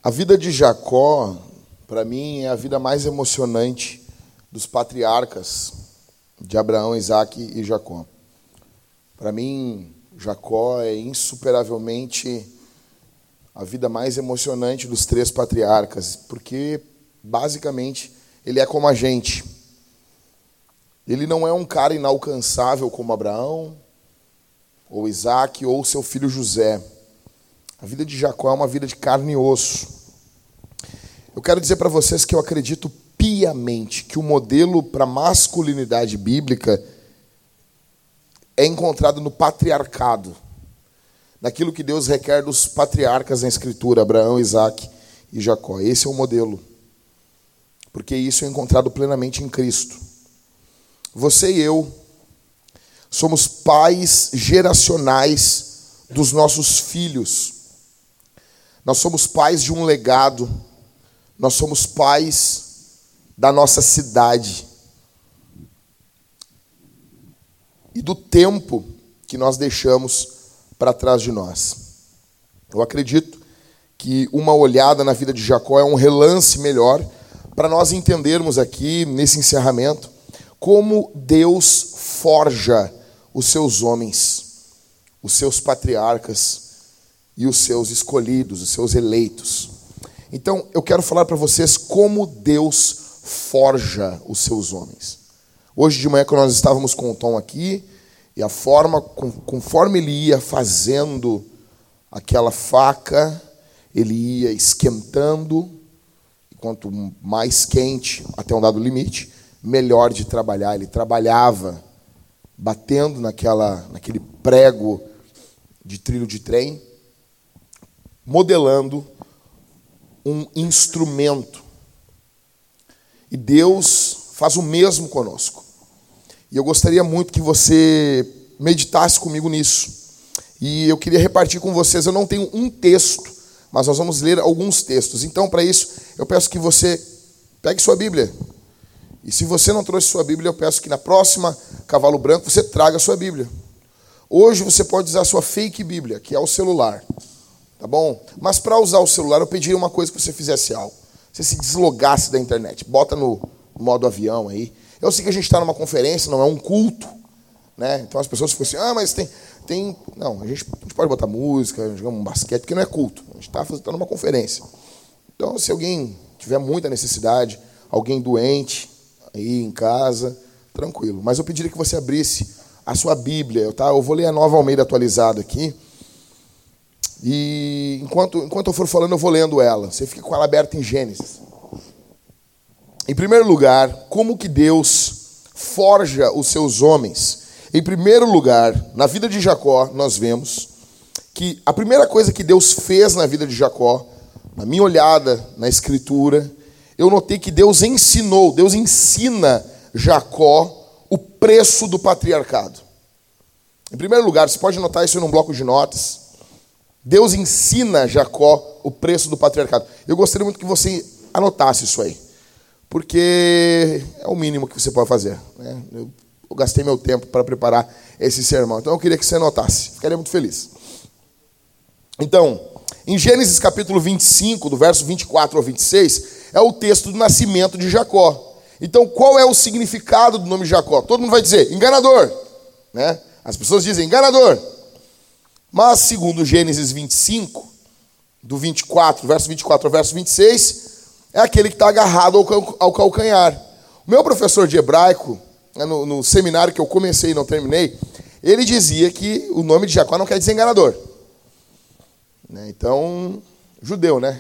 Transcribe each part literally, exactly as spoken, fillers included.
A vida de Jacó, para mim, é a vida mais emocionante dos patriarcas de Abraão, Isaque e Jacó. Para mim, Jacó é insuperavelmente a vida mais emocionante dos três patriarcas, porque, basicamente, ele é como a gente. Ele não é um cara inalcançável como Abraão, ou Isaque, ou seu filho José. A vida de Jacó é uma vida de carne e osso. Eu quero dizer para vocês que eu acredito piamente que o modelo para a masculinidade bíblica é encontrado no patriarcado, naquilo que Deus requer dos patriarcas na Escritura, Abraão, Isaque e Jacó. Esse é o modelo, porque isso é encontrado plenamente em Cristo. Você e eu somos pais geracionais dos nossos filhos. Nós somos pais de um legado. Nós somos pais da nossa cidade e do tempo que nós deixamos para trás de nós. Eu acredito que uma olhada na vida de Jacó é um relance melhor para nós entendermos aqui, nesse encerramento, como Deus forja os seus homens, os seus patriarcas e os seus escolhidos, os seus eleitos. Então, eu quero falar para vocês como Deus forja os seus homens. Hoje de manhã, quando nós estávamos com o Tom aqui, e a forma, conforme ele ia fazendo aquela faca, ele ia esquentando, e quanto mais quente, até um dado limite, melhor de trabalhar. Ele trabalhava batendo naquela, naquele prego de trilho de trem, modelando um instrumento. E Deus faz o mesmo conosco. E eu gostaria muito que você meditasse comigo nisso. E eu queria repartir com vocês, eu não tenho um texto, mas nós vamos ler alguns textos. Então, para isso, eu peço que você pegue sua Bíblia. E se você não trouxe sua Bíblia, eu peço que na próxima Cavalo Branco você traga a sua Bíblia. Hoje você pode usar a sua fake Bíblia, que é o celular. Tá bom? Mas para usar o celular, eu pediria uma coisa, que você fizesse algo. Você se deslogasse da internet. Bota no modo avião aí. Eu sei que a gente está numa conferência, não é um culto, né? Então as pessoas ficam assim, ah, mas tem... tem... Não, a gente, a gente pode botar música, jogar um basquete, porque não é culto. A gente está tá numa conferência. Então, se alguém tiver muita necessidade, alguém doente aí em casa, tranquilo. Mas eu pediria que você abrisse a sua Bíblia. Tá? Eu vou ler a Nova Almeida atualizada aqui. E enquanto, enquanto eu for falando, eu vou lendo ela. Você fica com ela aberta em Gênesis. Em primeiro lugar, como que Deus forja os seus homens? Em primeiro lugar, na vida de Jacó, nós vemos que a primeira coisa que Deus fez na vida de Jacó, na minha olhada na Escritura, eu notei que Deus ensinou, Deus ensina Jacó o preço do patriarcado. Em primeiro lugar, você pode anotar isso num bloco de notas. Deus ensina Jacó o preço do patriarcado. Eu gostaria muito que você anotasse isso aí, porque é o mínimo que você pode fazer, né? Eu, eu gastei meu tempo para preparar esse sermão, então eu queria que você anotasse. Ficaria muito feliz. Então, em Gênesis capítulo vinte e cinco, do verso vinte e quatro ao vinte e seis, é o texto do nascimento de Jacó. Então, qual é o significado do nome Jacó? Todo mundo vai dizer, enganador, né? As pessoas dizem, enganador. Mas, segundo Gênesis vinte e cinco, do vinte e quatro, verso vinte e quatro ao verso vinte e seis, é aquele que está agarrado ao calcanhar. O meu professor de hebraico, no, no seminário que eu comecei e não terminei, ele dizia que o nome de Jacó não quer dizer enganador. Então, judeu, né?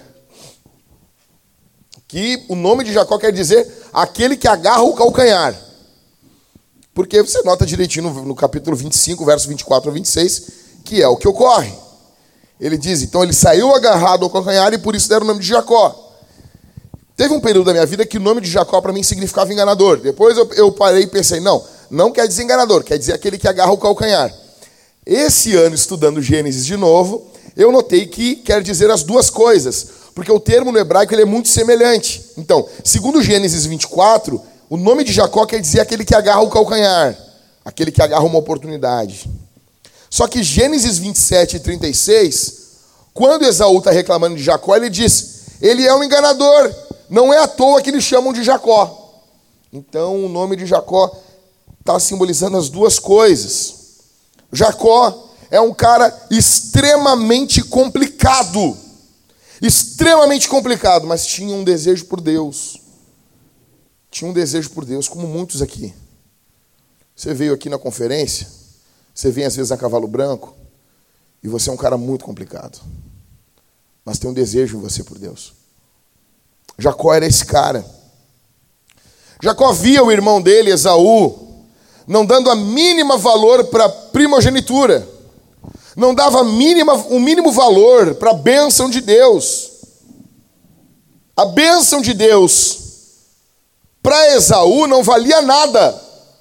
Que o nome de Jacó quer dizer aquele que agarra o calcanhar. Porque você nota direitinho no, no capítulo vinte e cinco, verso vinte e quatro ao vinte e seis, que é o que ocorre. Ele diz, então ele saiu agarrado ao calcanhar e por isso deram o nome de Jacó. Teve um período da minha vida que o nome de Jacó para mim significava enganador. Depois eu, eu parei e pensei, não, não quer dizer enganador, quer dizer aquele que agarra o calcanhar. Esse ano, estudando Gênesis de novo, eu notei que quer dizer as duas coisas, porque o termo no hebraico ele é muito semelhante. Então, segundo Gênesis vinte e quatro, o nome de Jacó quer dizer aquele que agarra o calcanhar, aquele que agarra uma oportunidade. Só que Gênesis vinte e sete e trinta e seis, quando Esaú está reclamando de Jacó, ele diz, ele é um enganador. Não é à toa que eles chamam de Jacó. Então o nome de Jacó está simbolizando as duas coisas. Jacó é um cara extremamente complicado. Extremamente complicado, mas tinha um desejo por Deus. Tinha um desejo por Deus, como muitos aqui. Você veio aqui na conferência, você vem às vezes a cavalo branco, e você é um cara muito complicado. Mas tem um desejo em você por Deus. Jacó era esse cara. Jacó via o irmão dele, Esaú, não dando a mínima valor para a primogenitura. Não dava a mínima, o mínimo valor para a bênção de Deus. A bênção de Deus para Esaú não valia nada.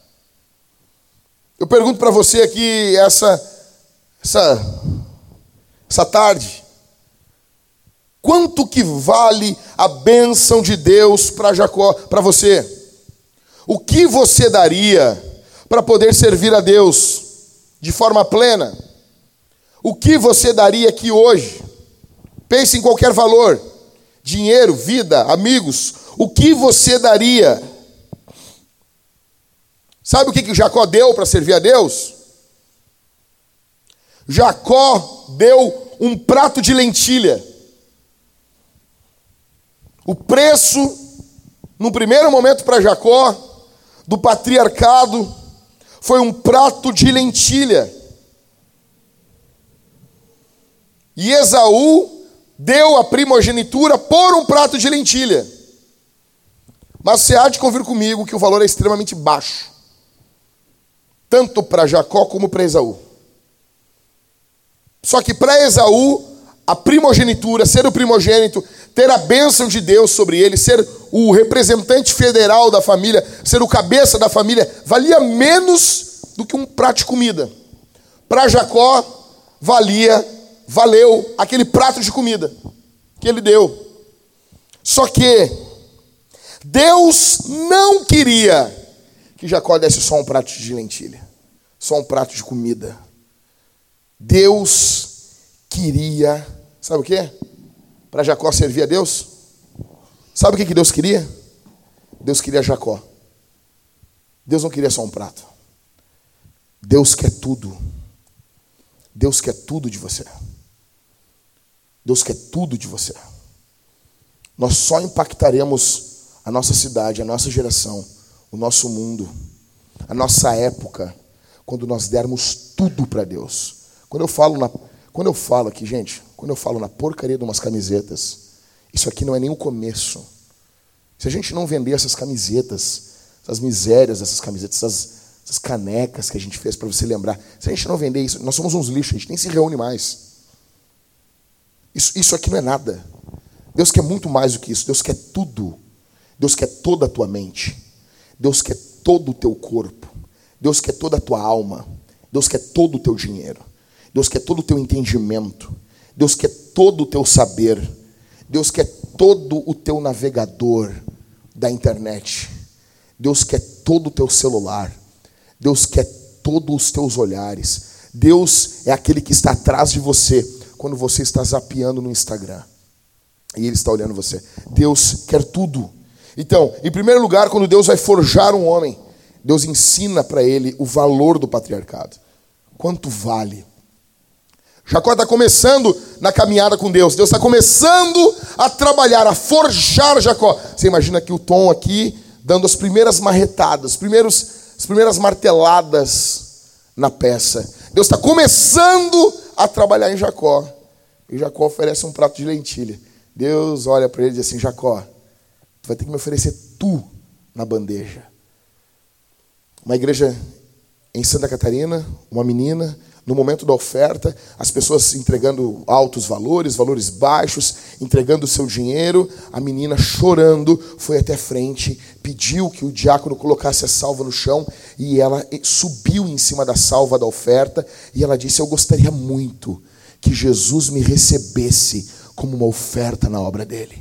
Eu pergunto para você aqui essa, essa, essa tarde, quanto que vale a bênção de Deus para Jacó, para você? O que você daria para poder servir a Deus de forma plena? O que você daria aqui hoje? Pense em qualquer valor. Dinheiro, vida, amigos. O que você daria? Sabe o que que Jacó deu para servir a Deus? Jacó deu um prato de lentilha. O preço, no primeiro momento para Jacó, do patriarcado, foi um prato de lentilha. E Esaú deu a primogenitura por um prato de lentilha. Mas você há de convir comigo que o valor é extremamente baixo. Tanto para Jacó como para Esaú. Só que para Esaú, a primogenitura, ser o primogênito, ter a bênção de Deus sobre ele, ser o representante federal da família, ser o cabeça da família, valia menos do que um prato de comida. Para Jacó, valia, valeu aquele prato de comida que ele deu. Só que Deus não queria que Jacó desse só um prato de lentilha, só um prato de comida. Deus queria, sabe o quê? Para Jacó servir a Deus. Sabe o que que Deus queria? Deus queria Jacó. Deus não queria só um prato. Deus quer tudo. Deus quer tudo de você. Deus quer tudo de você. Nós só impactaremos a nossa cidade, a nossa geração, o nosso mundo, a nossa época, quando nós dermos tudo para Deus. Quando eu falo na, quando eu falo aqui, gente, quando eu falo na porcaria de umas camisetas, isso aqui não é nem o começo. Se a gente não vender essas camisetas, essas misérias dessas camisetas, essas, essas canecas que a gente fez para você lembrar, se a gente não vender isso, nós somos uns lixos, a gente nem se reúne mais. Isso, isso aqui não é nada. Deus quer muito mais do que isso. Deus quer tudo. Deus quer toda a tua mente. Deus quer todo o teu corpo. Deus quer toda a tua alma. Deus quer todo o teu dinheiro. Deus quer todo o teu entendimento. Deus quer todo o teu saber. Deus quer todo o teu navegador da internet. Deus quer todo o teu celular. Deus quer todos os teus olhares. Deus é aquele que está atrás de você quando você está zapeando no Instagram. E Ele está olhando você. Deus quer tudo. Então, em primeiro lugar, quando Deus vai forjar um homem, Deus ensina para ele o valor do patriarcado. Quanto vale? Jacó está começando na caminhada com Deus. Deus está começando a trabalhar, a forjar Jacó. Você imagina que o Tom aqui, dando as primeiras marretadas, os primeiros, as primeiras marteladas na peça. Deus está começando a trabalhar em Jacó. E Jacó oferece um prato de lentilha. Deus olha para ele e diz assim: Jacó, tu vai ter que me oferecer tu na bandeja. Uma igreja em Santa Catarina, uma menina, no momento da oferta, as pessoas entregando altos valores, valores baixos, entregando o seu dinheiro. A menina, chorando, foi até frente, pediu que o diácono colocasse a salva no chão, e ela subiu em cima da salva da oferta, e ela disse: eu gostaria muito que Jesus me recebesse como uma oferta na obra dele.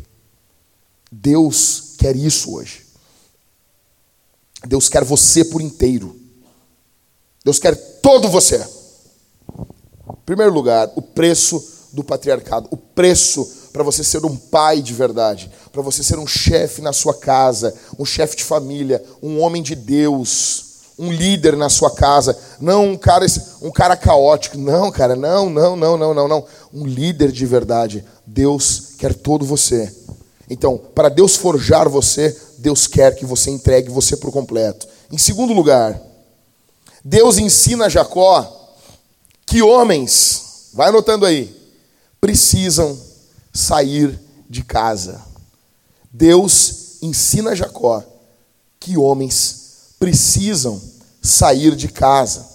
Deus quer isso hoje. Deus quer você por inteiro. Deus quer todo você. Em primeiro lugar, o preço do patriarcado, o preço para você ser um pai de verdade, para você ser um chefe na sua casa, um chefe de família, um homem de Deus, um líder na sua casa, não um cara, um cara caótico, não, cara, não, não, não, não, não, não, um líder de verdade. Deus quer todo você. Então, para Deus forjar você, Deus quer que você entregue você por completo. Em segundo lugar, Deus ensina a Jacó que homens, vai anotando aí, precisam sair de casa. Deus ensina a Jacó que homens precisam sair de casa.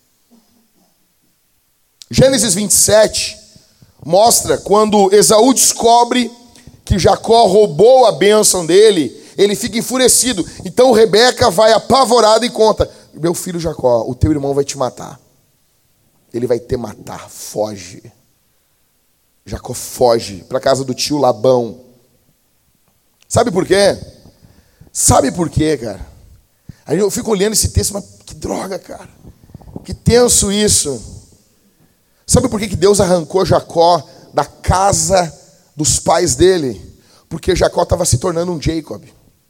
Gênesis vinte e sete mostra quando Esaú descobre que Jacó roubou a bênção dele, ele fica enfurecido. Então Rebeca vai apavorada e conta: meu filho Jacó, o teu irmão vai te matar. Ele vai te matar, foge. Jacó foge para a casa do tio Labão. Sabe por quê? Sabe por quê, cara? Aí eu fico olhando esse texto, mas que droga, cara. Que tenso isso. Sabe por que que Deus arrancou Jacó da casa dos pais dele? Porque Jacó estava se tornando um Jacob.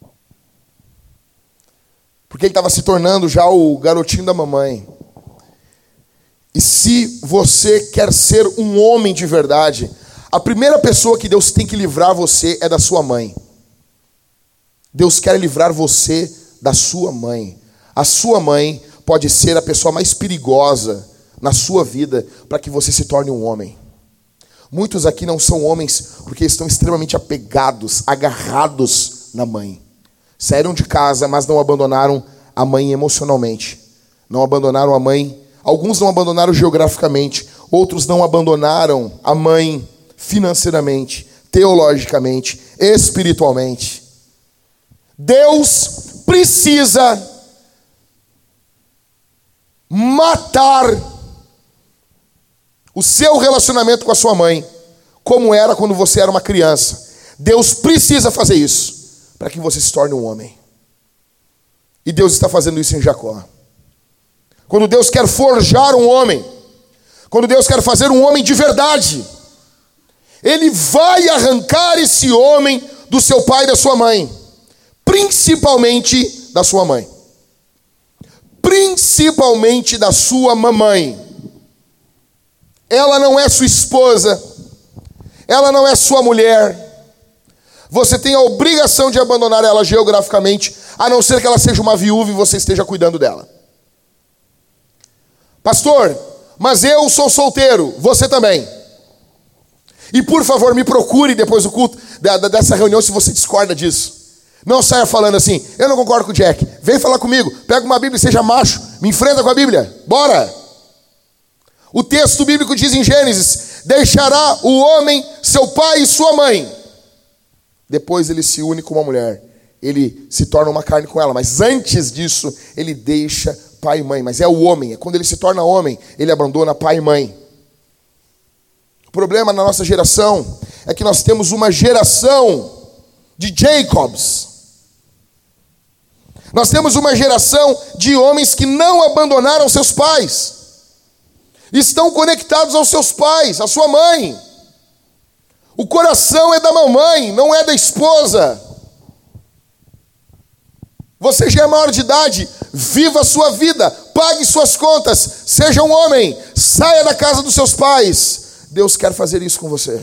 Porque ele estava se tornando já o garotinho da mamãe. E se você quer ser um homem de verdade, a primeira pessoa que Deus tem que livrar você é da sua mãe. Deus quer livrar você da sua mãe. A sua mãe pode ser a pessoa mais perigosa na sua vida para que você se torne um homem. Muitos aqui não são homens porque estão extremamente apegados, agarrados na mãe. Saíram de casa, mas não abandonaram a mãe emocionalmente. Não abandonaram a mãe. Alguns não abandonaram geograficamente. Outros não abandonaram a mãe financeiramente, teologicamente, espiritualmente. Deus precisa matar o seu relacionamento com a sua mãe, como era quando você era uma criança. Deus precisa fazer isso para que você se torne um homem. E Deus está fazendo isso em Jacó. Quando Deus quer forjar um homem, quando Deus quer fazer um homem de verdade, Ele vai arrancar esse homem do seu pai e da sua mãe, principalmente da sua mãe, principalmente da sua mamãe. Ela não é sua esposa, ela não é sua mulher. Você tem a obrigação de abandonar ela geograficamente, a não ser que ela seja uma viúva e você esteja cuidando dela. Pastor, mas eu sou solteiro, você também. E por favor, me procure depois do culto, dessa reunião, se você discorda disso. Não saia falando assim: eu não concordo com o Jack, vem falar comigo, pega uma Bíblia e seja macho, me enfrenta com a Bíblia, bora. O texto bíblico diz em Gênesis: deixará o homem seu pai e sua mãe. Depois ele se une com uma mulher, ele se torna uma carne com ela, mas antes disso ele deixa pai e mãe. Mas é o homem, é quando ele se torna homem, ele abandona pai e mãe. O problema na nossa geração é que nós temos uma geração de Jacobs. Nós temos uma geração de homens que não abandonaram seus pais, estão conectados aos seus pais, à sua mãe. O coração é da mamãe, não é da esposa. Você já é maior de idade, viva a sua vida, pague suas contas, seja um homem, saia da casa dos seus pais. Deus quer fazer isso com você.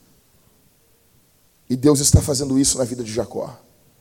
E Deus está fazendo isso na vida de Jacó.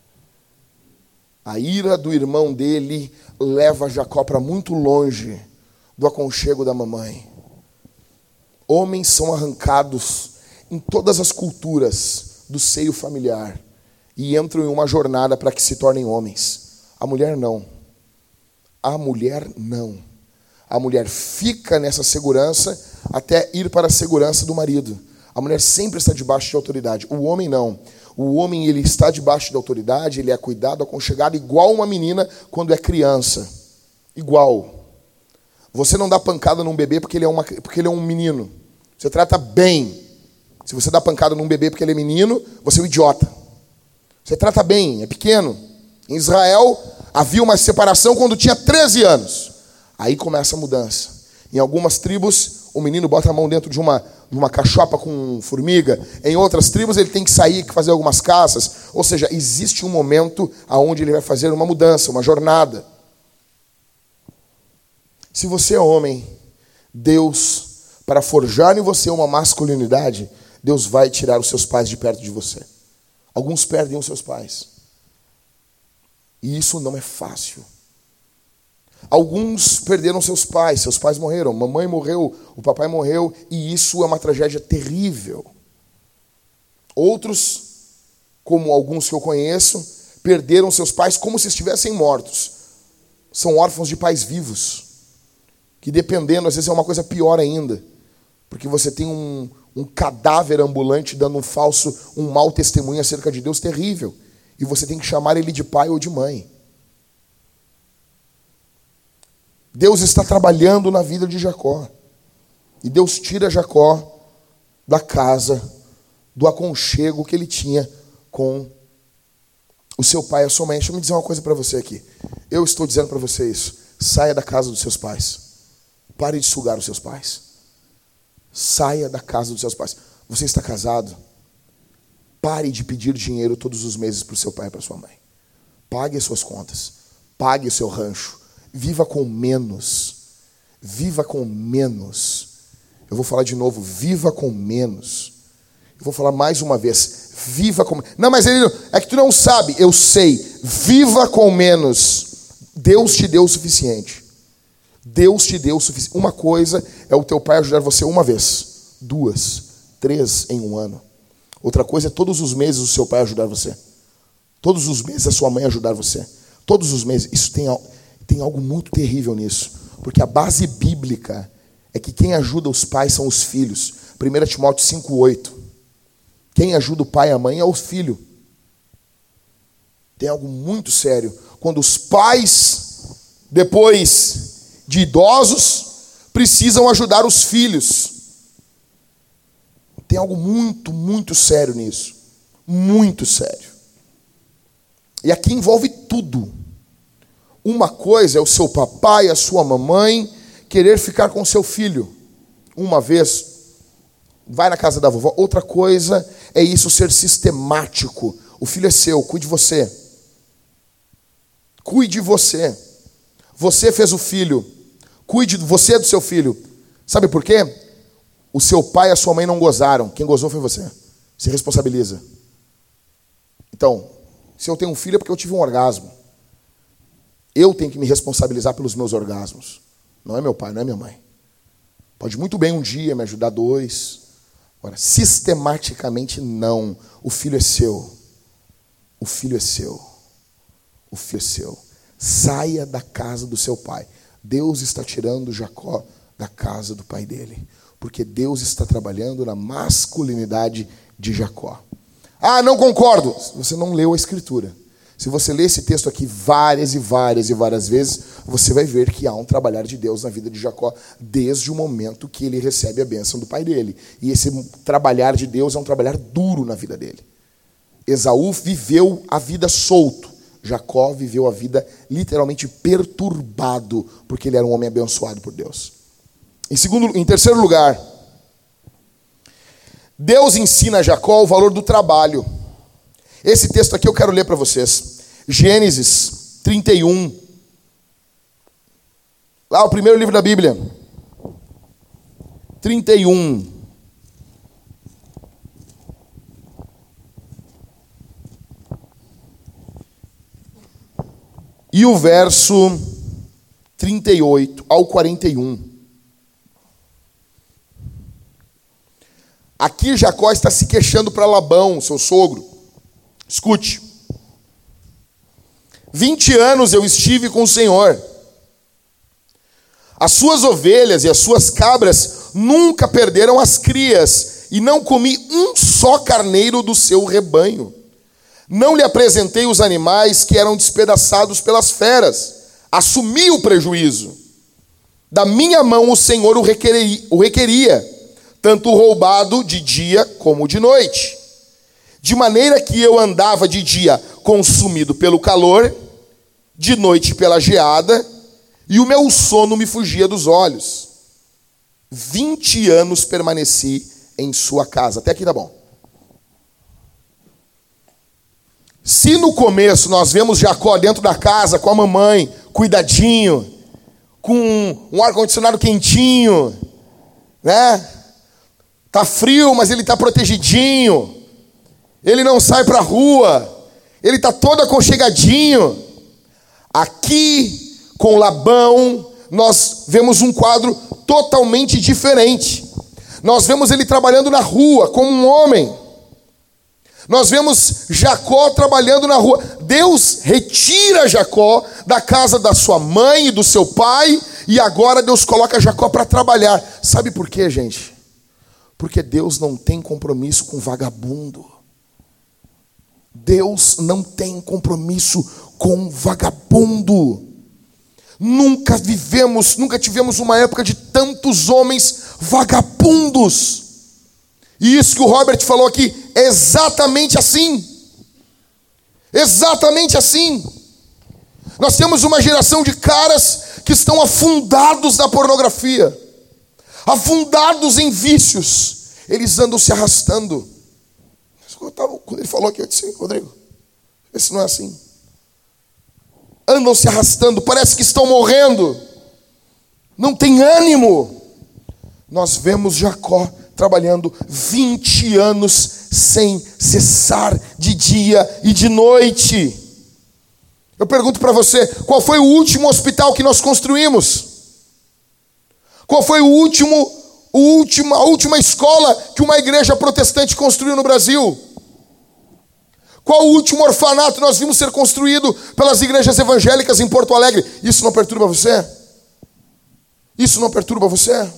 A ira do irmão dele leva Jacó para muito longe do aconchego da mamãe. Homens são arrancados em todas as culturas do seio familiar e entram em uma jornada para que se tornem homens. A mulher não. A mulher não. A mulher fica nessa segurança até ir para a segurança do marido. A mulher sempre está debaixo de autoridade. O homem não. O homem, ele está debaixo de autoridade, ele é cuidado, aconchegado, igual uma menina quando é criança. Igual. Você não dá pancada num bebê porque ele é, uma, porque ele é um menino. Você trata bem. Se você dá pancada num bebê porque ele é menino, você é um idiota. Você trata bem, é pequeno. Em Israel, havia uma separação quando tinha treze anos. Aí começa a mudança. Em algumas tribos, o menino bota a mão dentro de uma, de uma cachopa com formiga. Em outras tribos ele tem que sair, fazer algumas caças. Ou seja, existe um momento onde ele vai fazer uma mudança, uma jornada. Se você é homem, Deus, para forjar em você uma masculinidade, Deus vai tirar os seus pais de perto de você. Alguns perdem os seus pais. E isso não é fácil. Alguns perderam seus pais, seus pais morreram, mamãe morreu, o papai morreu, e isso é uma tragédia terrível. Outros, como alguns que eu conheço, perderam seus pais como se estivessem mortos. São órfãos de pais vivos, que dependendo, às vezes é uma coisa pior ainda, porque você tem um, um cadáver ambulante dando um falso, um mau testemunho acerca de Deus terrível, e você tem que chamar ele de pai ou de mãe. Deus está trabalhando na vida de Jacó. E Deus tira Jacó da casa, do aconchego que ele tinha com o seu pai e a sua mãe. Deixa eu me dizer uma coisa para você aqui. Eu estou dizendo para você isso. Saia da casa dos seus pais. Pare de sugar os seus pais. Saia da casa dos seus pais. Você está casado? Pare de pedir dinheiro todos os meses para o seu pai e para a sua mãe. Pague as suas contas. Pague o seu rancho. Viva com menos. Viva com menos. Eu vou falar de novo. Viva com menos. Eu vou falar mais uma vez. Viva com menos. Não, mas ele, é que tu não sabe. Eu sei. Viva com menos. Deus te deu o suficiente. Deus te deu o suficiente. Uma coisa é o teu pai ajudar você uma vez. Duas. Três em um ano. Outra coisa é todos os meses o seu pai ajudar você. Todos os meses a sua mãe ajudar você. Todos os meses. Isso tem... Tem algo muito terrível nisso, porque a base bíblica é que quem ajuda os pais são os filhos. primeiro Timóteo cinco, oito. Quem ajuda o pai e a mãe é o filho. Tem algo muito sério. Quando os pais, depois de idosos, precisam ajudar os filhos. Tem algo muito, muito sério nisso. Muito sério. E aqui envolve tudo. Uma coisa é o seu papai e a sua mamãe querer ficar com o seu filho. Uma vez, vai na casa da vovó. Outra coisa é isso ser sistemático. O filho é seu, cuide de você. Cuide de você. Você fez o filho. Cuide de você do seu filho. Sabe por quê? O seu pai e a sua mãe não gozaram. Quem gozou foi você. Se responsabiliza. Então, se eu tenho um filho é porque eu tive um orgasmo. Eu tenho que me responsabilizar pelos meus orgasmos. Não é meu pai, não é minha mãe. Pode muito bem um dia me ajudar dois. Agora, sistematicamente não. O filho é seu. O filho é seu. O filho é seu. Saia da casa do seu pai. Deus está tirando Jacó da casa do pai dele. Porque Deus está trabalhando na masculinidade de Jacó. Ah, não concordo. Você não leu a Escritura. Se você ler esse texto aqui várias e várias e várias vezes, você vai ver que há um trabalhar de Deus na vida de Jacó desde o momento que ele recebe a bênção do pai dele. E esse trabalhar de Deus é um trabalhar duro na vida dele. Esaú viveu a vida solto. Jacó viveu a vida literalmente perturbado, porque ele era um homem abençoado por Deus. Em, segundo, em terceiro lugar, Deus ensina a Jacó o valor do trabalho. Esse texto aqui eu quero ler para vocês. Gênesis trinta e um. Lá, o primeiro livro da Bíblia. trinta e um. E o verso trinta e oito ao quarenta e um. Aqui Jacó está se queixando para Labão, seu sogro. Escute. Vinte anos eu estive com o Senhor. As suas ovelhas e as suas cabras nunca perderam as crias, e não comi um só carneiro do seu rebanho. Não lhe apresentei os animais que eram despedaçados pelas feras. Assumi o prejuízo. Da minha mão o Senhor o requeria, o requeria, tanto roubado de dia como de noite. De maneira que eu andava de dia consumido pelo calor, de noite pela geada, e o meu sono me fugia dos olhos. vinte anos permaneci em sua casa. Até aqui tá bom. Se no começo nós vemos Jacó dentro da casa com a mamãe, cuidadinho, com um ar-condicionado quentinho, né? Tá frio, mas ele tá protegidinho. Ele não sai pra rua. Ele tá todo aconchegadinho. Aqui, com Labão, nós vemos um quadro totalmente diferente. Nós vemos ele trabalhando na rua como um homem. Nós vemos Jacó trabalhando na rua. Deus retira Jacó da casa da sua mãe e do seu pai, e agora Deus coloca Jacó para trabalhar. Sabe por quê, gente? Porque Deus não tem compromisso com vagabundo. Deus não tem compromisso com vagabundo. Nunca vivemos, nunca tivemos uma época de tantos homens vagabundos. E isso que o Robert falou aqui, é exatamente assim. Exatamente assim. Nós temos uma geração de caras que estão afundados na pornografia, afundados em vícios. Eles andam se arrastando. Quando ele falou aqui, eu disse: Rodrigo, esse não é assim. Andam se arrastando, parece que estão morrendo. Não tem ânimo. Nós vemos Jacó trabalhando vinte anos sem cessar, de dia e de noite. Eu pergunto para você, qual foi o último hospital que nós construímos? Qual foi o último, o último, a última escola que uma igreja protestante construiu no Brasil? Qual o último orfanato nós vimos ser construído pelas igrejas evangélicas em Porto Alegre? Isso não perturba você? Isso não perturba você?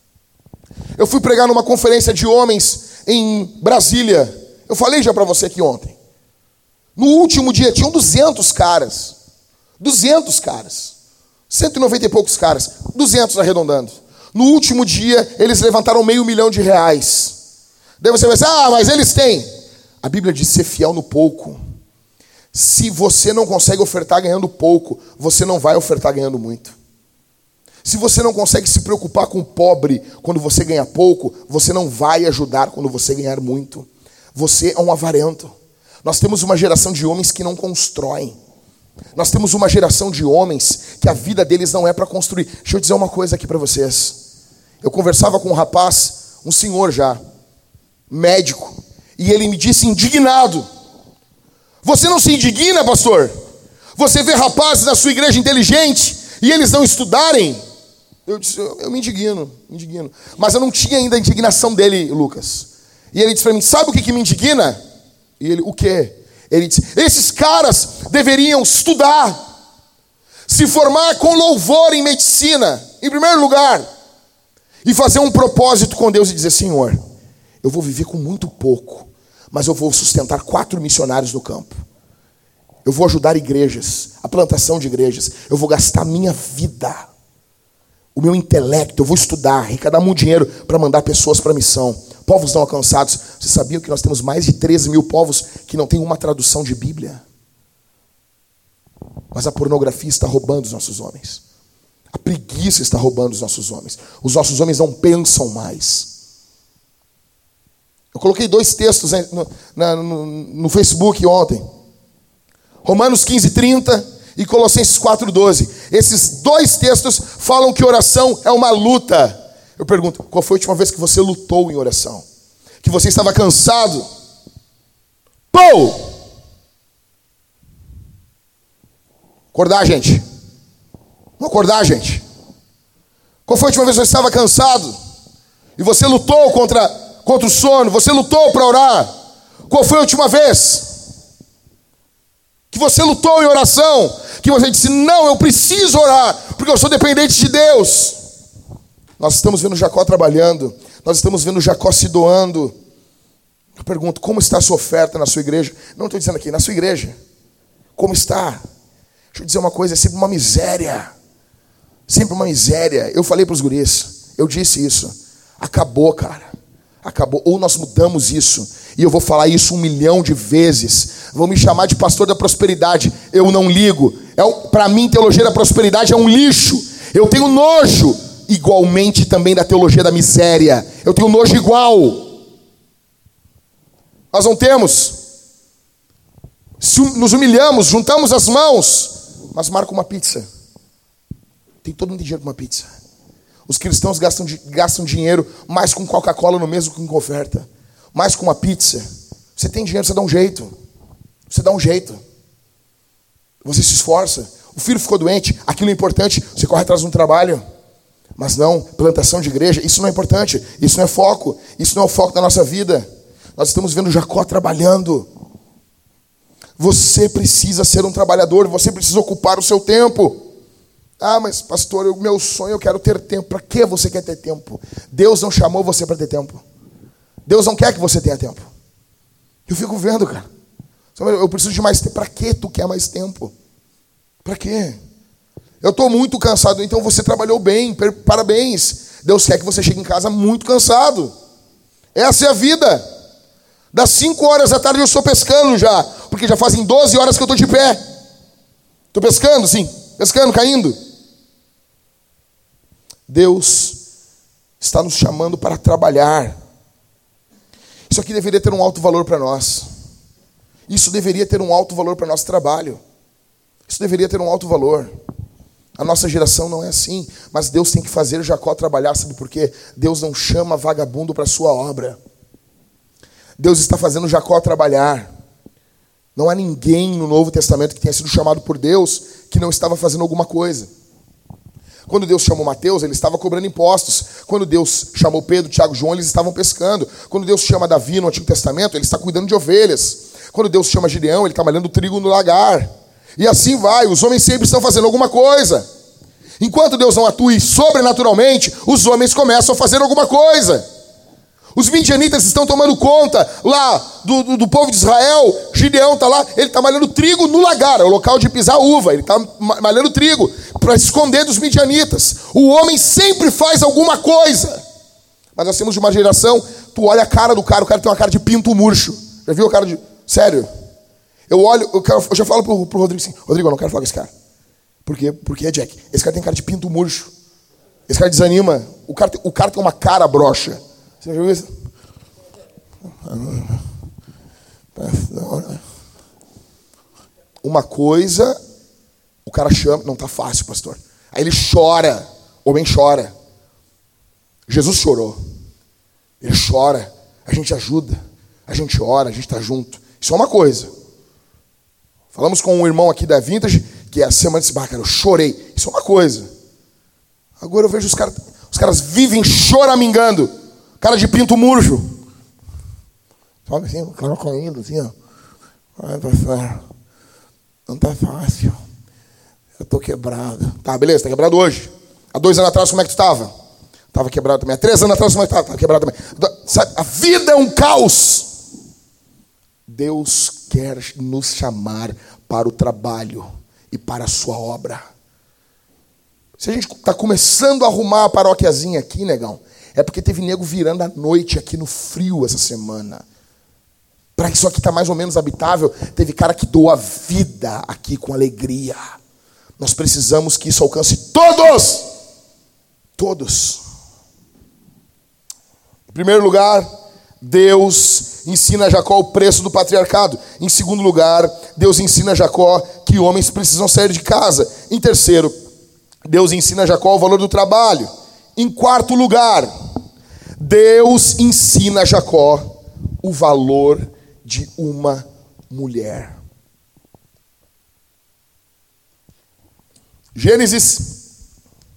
Eu fui pregar numa conferência de homens em Brasília. Eu falei já para você aqui ontem. No último dia tinham duzentos caras. duzentos caras. cento e noventa e poucos caras. duzentos arredondando. No último dia eles levantaram meio milhão de reais. Daí você vai dizer: ah, mas eles têm. A Bíblia diz: ser fiel no pouco. Se você não consegue ofertar ganhando pouco, você não vai ofertar ganhando muito. Se você não consegue se preocupar com o pobre quando você ganha pouco, você não vai ajudar quando você ganhar muito. Você é um avarento. Nós temos uma geração de homens que não constroem. Nós temos uma geração de homens que a vida deles não é para construir. Deixa eu dizer uma coisa aqui para vocês. Eu conversava com um rapaz, um senhor já, médico, e ele me disse indignado: você não se indigna, pastor? Você vê rapazes na sua igreja inteligente e eles não estudarem? Eu disse: eu, eu me indigno, me indigno. Mas eu não tinha ainda a indignação dele, Lucas. E ele disse para mim: sabe o que, que me indigna? E ele: o quê? Ele disse: esses caras deveriam estudar, se formar com louvor em medicina, em primeiro lugar, e fazer um propósito com Deus e dizer: Senhor, eu vou viver com muito pouco, mas eu vou sustentar quatro missionários no campo. Eu vou ajudar igrejas, a plantação de igrejas. Eu vou gastar minha vida, o meu intelecto, eu vou estudar, arrecadar muito dinheiro para mandar pessoas para a missão. Povos não alcançados. Você sabia que nós temos mais de treze mil povos que não têm uma tradução de Bíblia? Mas a pornografia está roubando os nossos homens. A preguiça está roubando os nossos homens. Os nossos homens não pensam mais. Eu coloquei dois textos no, na, no, no Facebook ontem. Romanos quinze, trinta e Colossenses quatro, doze. Esses dois textos falam que oração é uma luta. Eu pergunto: qual foi a última vez que você lutou em oração? Que você estava cansado? Pou! Acordar, gente. Vamos acordar, gente. Qual foi a última vez que você estava cansado? E você lutou contra, contra o sono? Você lutou para orar? Qual foi a última vez que você lutou em oração? Que você disse: não, eu preciso orar, porque eu sou dependente de Deus. Nós estamos vendo Jacó trabalhando. Nós estamos vendo Jacó se doando. Eu pergunto: como está a sua oferta na sua igreja? Não estou dizendo aqui, na sua igreja. Como está? Deixa eu dizer uma coisa, é sempre uma miséria. Sempre uma miséria. Eu falei para os guris, eu disse isso. Acabou, cara. Acabou. Ou nós mudamos isso. E eu vou falar isso um milhão de vezes. Vão me chamar de pastor da prosperidade. Eu não ligo. É, para mim, teologia da prosperidade é um lixo. Eu tenho nojo igualmente também da teologia da miséria. Eu tenho nojo igual. Nós não temos. Se nos humilhamos, juntamos as mãos, mas marca uma pizza. Tem todo mundo dinheiro com uma pizza. Os cristãos gastam, gastam dinheiro mais com Coca-Cola no mesmo que com oferta. Mais com uma pizza. Você tem dinheiro, você dá um jeito. Você dá um jeito. Você se esforça. O filho ficou doente, aquilo é importante, você corre atrás de um trabalho. Mas não, plantação de igreja, isso não é importante. Isso não é foco. Isso não é o foco da nossa vida. Nós estamos vendo Jacó trabalhando. Você precisa ser um trabalhador, você precisa ocupar o seu tempo. Ah, mas pastor, o meu sonho, eu quero ter tempo. Para que você quer ter tempo? Deus não chamou você para ter tempo. Deus não quer que você tenha tempo. Eu fico vendo, cara. Eu preciso de mais tempo. Para que tu quer mais tempo? Para quê? Eu estou muito cansado. Então você trabalhou bem, parabéns. Deus quer que você chegue em casa muito cansado. Essa é a vida. Das cinco horas da tarde eu estou pescando já. Porque já fazem doze horas que eu estou de pé. Estou pescando, sim. Pescando, caindo. Deus está nos chamando para trabalhar. Isso aqui deveria ter um alto valor para nós. Isso deveria ter um alto valor para nosso trabalho. Isso deveria ter um alto valor. A nossa geração não é assim. Mas Deus tem que fazer Jacó trabalhar. Sabe por quê? Deus não chama vagabundo para a sua obra. Deus está fazendo Jacó trabalhar. Não há ninguém no Novo Testamento que tenha sido chamado por Deus que não estava fazendo alguma coisa. Quando Deus chamou Mateus, ele estava cobrando impostos. Quando Deus chamou Pedro, Tiago e João, eles estavam pescando. Quando Deus chama Davi no Antigo Testamento, ele está cuidando de ovelhas. Quando Deus chama Gideão, ele está malhando trigo no lagar. E assim vai, os homens sempre estão fazendo alguma coisa. Enquanto Deus não atue sobrenaturalmente, os homens começam a fazer alguma coisa. Os midianitas estão tomando conta lá do, do, do povo de Israel. Gideão está lá, ele está malhando trigo no lagar, é o local de pisar uva. Ele está malhando trigo para esconder dos midianitas. O homem sempre faz alguma coisa. Mas nós temos de uma geração, tu olha a cara do cara, o cara tem uma cara de pinto murcho. Já viu a cara de... Sério. Eu olho, eu, quero, eu já falo pro, pro Rodrigo assim, Rodrigo, eu não quero falar com esse cara. Por quê? Porque é Jack. Esse cara tem cara de pinto murcho. Esse cara desanima. O cara, o cara tem uma cara broxa. Você já viu isso? Uma coisa, o cara chama, não está fácil, pastor. Aí ele chora, o homem chora. Jesus chorou. Ele chora, a gente ajuda, a gente ora, a gente está junto. Isso é uma coisa. Falamos com um irmão aqui da Vintage, que a semana disse, bah, cara, eu chorei. Isso é uma coisa. Agora eu vejo os caras, os caras vivem choramingando. Cara de pinto murcho. Sabe assim, o cara caindo assim, ó. Ai, pastor, não tá fácil. Eu tô quebrado. Tá, beleza, tá quebrado hoje. Há dois anos atrás, como é que tu tava? Tava quebrado também. Há três anos atrás, como é que tava? Tava quebrado também. Sabe, a vida é um caos. Deus quer nos chamar para o trabalho e para a sua obra. Se a gente está começando a arrumar a paróquiazinha aqui, negão, é porque teve nego virando à noite aqui no frio essa semana. Para que isso aqui está mais ou menos habitável, teve cara que doa a vida aqui com alegria. Nós precisamos que isso alcance todos. Todos. Em primeiro lugar, Deus ensina a Jacó o preço do patriarcado. Em segundo lugar, Deus ensina a Jacó que homens precisam sair de casa. Em terceiro, Deus ensina a Jacó o valor do trabalho. Em quarto lugar, Deus ensina a Jacó o valor de uma mulher. Gênesis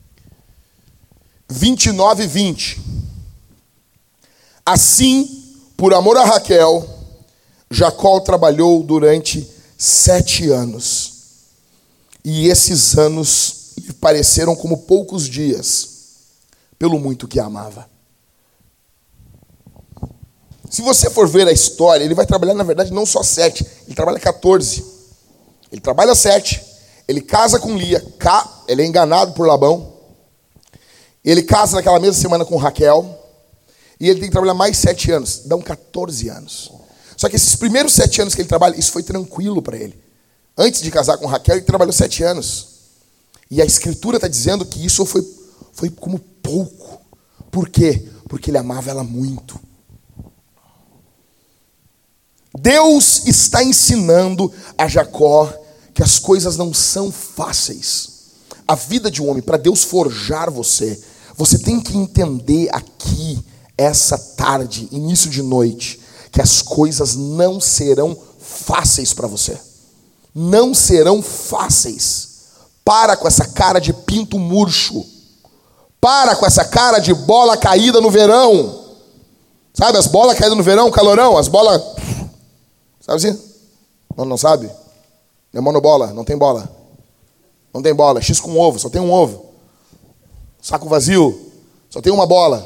vinte e nove, vinte. Assim, por amor a Raquel, Jacó trabalhou durante sete anos. E esses anos lhe pareceram como poucos dias, pelo muito que a amava. Se você for ver a história, ele vai trabalhar, na verdade, não só sete, ele trabalha quatorze. Ele trabalha sete, ele casa com Lia, ele é enganado por Labão, ele casa naquela mesma semana com Raquel, e ele tem que trabalhar mais sete anos, dão quatorze anos. Só que esses primeiros sete anos que ele trabalha, isso foi tranquilo para ele. Antes de casar com Raquel, ele trabalhou sete anos. E a Escritura está dizendo que isso foi, foi como pouco. Por quê? Porque ele amava ela muito. Deus está ensinando a Jacó que as coisas não são fáceis. A vida de um homem, para Deus forjar você, você tem que entender aqui, essa tarde, início de noite, que as coisas não serão fáceis para você. Não serão fáceis. Para com essa cara de pinto murcho. Para com essa cara de bola caída no verão. Sabe as bolas caídas no verão, calorão? As bolas... Sabe assim? Não, não sabe? Não é monobola, não tem bola. Não tem bola, X com ovo, só tem um ovo. Saco vazio, só tem uma bola.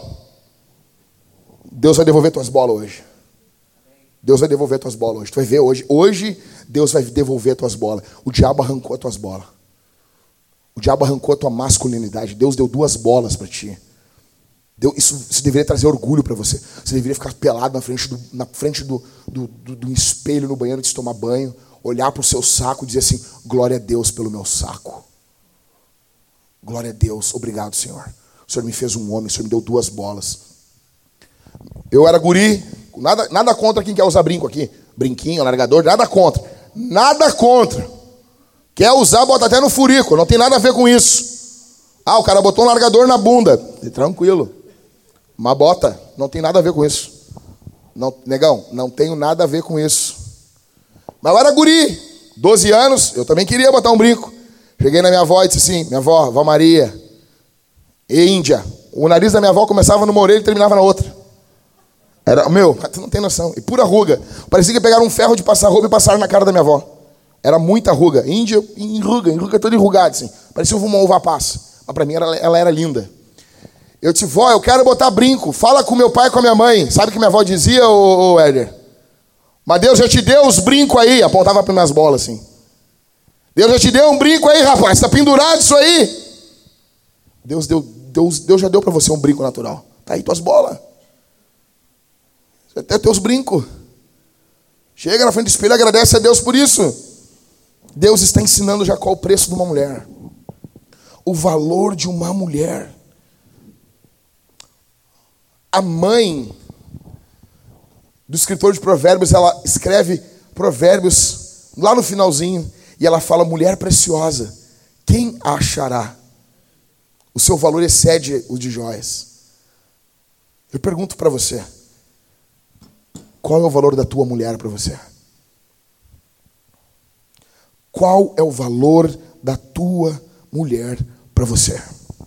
Deus vai devolver tuas bolas hoje. Deus vai devolver tuas bolas hoje. Tu vai ver hoje. Hoje, Deus vai devolver tuas bolas. O diabo arrancou as tuas bolas. O diabo arrancou a tua masculinidade. Deus deu duas bolas para ti. Deu, isso, isso deveria trazer orgulho para você. Você deveria ficar pelado na frente do, na frente do, do, do, do espelho no banheiro antes de tomar banho. Olhar para o seu saco e dizer assim: glória a Deus pelo meu saco. Glória a Deus. Obrigado, Senhor. O Senhor me fez um homem. O Senhor me deu duas bolas. Eu era guri. Nada, nada contra quem quer usar brinco aqui. Brinquinho, largador, nada contra. Nada contra. Quer usar, bota até no furico. Não tem nada a ver com isso. Ah, o cara botou um largador na bunda. Tranquilo. Uma bota. Não tem nada a ver com isso. Não, negão, não tenho nada a ver com isso. Mas eu era guri. doze anos, eu também queria botar um brinco. Cheguei na minha avó e disse assim: minha avó, avó Maria, e Índia. O nariz da minha avó começava numa orelha e terminava na outra. Era, meu, tu não tem noção. E pura ruga. Parecia que pegaram um ferro de passar roupa e passaram na cara da minha avó. Era muita ruga. Índia, enruga, enruga toda enrugada, assim. Parecia uma uva passa. Mas pra mim ela, ela era linda. Eu disse: vó, eu quero botar brinco. Fala com meu pai e com a minha mãe. Sabe o que minha avó dizia, ô, ô Éder? Mas Deus já te deu os brincos aí. Apontava para minhas bolas assim. Deus já te deu um brinco aí, rapaz. Está pendurado isso aí. Deus, deu, Deus, Deus já deu para você um brinco natural. Tá aí tuas bolas. Até teus brincos. Chega na frente do espelho e agradece a Deus por isso. Deus está ensinando Jacó o preço de uma mulher. O valor de uma mulher. A mãe do escritor de Provérbios, ela escreve Provérbios lá no finalzinho. E ela fala: mulher preciosa, quem a achará? O seu valor excede o de joias. Eu pergunto para você: qual é o valor da tua mulher para você? Qual é o valor da tua mulher para você?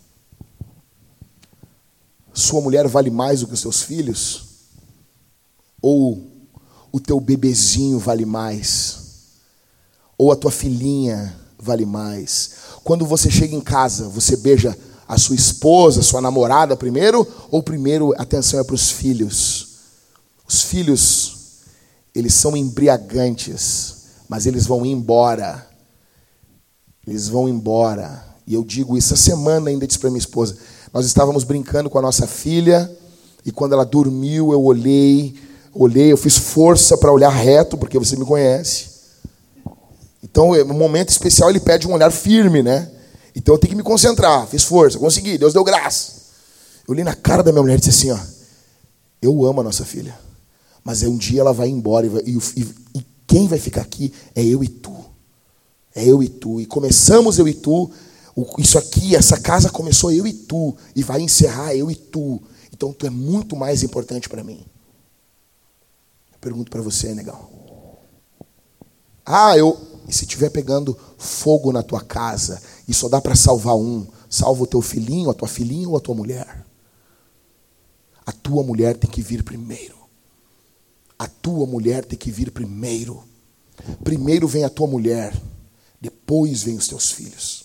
Sua mulher vale mais do que os teus filhos? Ou o teu bebezinho vale mais? Ou a tua filhinha vale mais? Quando você chega em casa, você beija a sua esposa, sua namorada primeiro? Ou primeiro a atenção é para os filhos? Os filhos, eles são embriagantes, mas eles vão embora. Eles vão embora. E eu digo isso, essa semana ainda disse para minha esposa. Nós estávamos brincando com a nossa filha, e quando ela dormiu, eu olhei, olhei, eu fiz força para olhar reto, porque você me conhece. Então, no momento especial, ele pede um olhar firme, né? Então, eu tenho que me concentrar. Fiz força, consegui, Deus deu graça. Eu olhei na cara da minha mulher e disse assim, ó: eu amo a nossa filha, mas um dia ela vai embora, e, vai, e, e, e quem vai ficar aqui é eu e tu. É eu e tu. E começamos eu e tu. Isso aqui, essa casa começou eu e tu. E vai encerrar eu e tu. Então, tu é muito mais importante para mim. Eu pergunto para você, negão. Ah, eu... E se estiver pegando fogo na tua casa e só dá para salvar um, salva o teu filhinho, a tua filhinha ou a tua mulher? A tua mulher tem que vir primeiro. A tua mulher tem que vir primeiro. Primeiro vem a tua mulher, depois vem os teus filhos.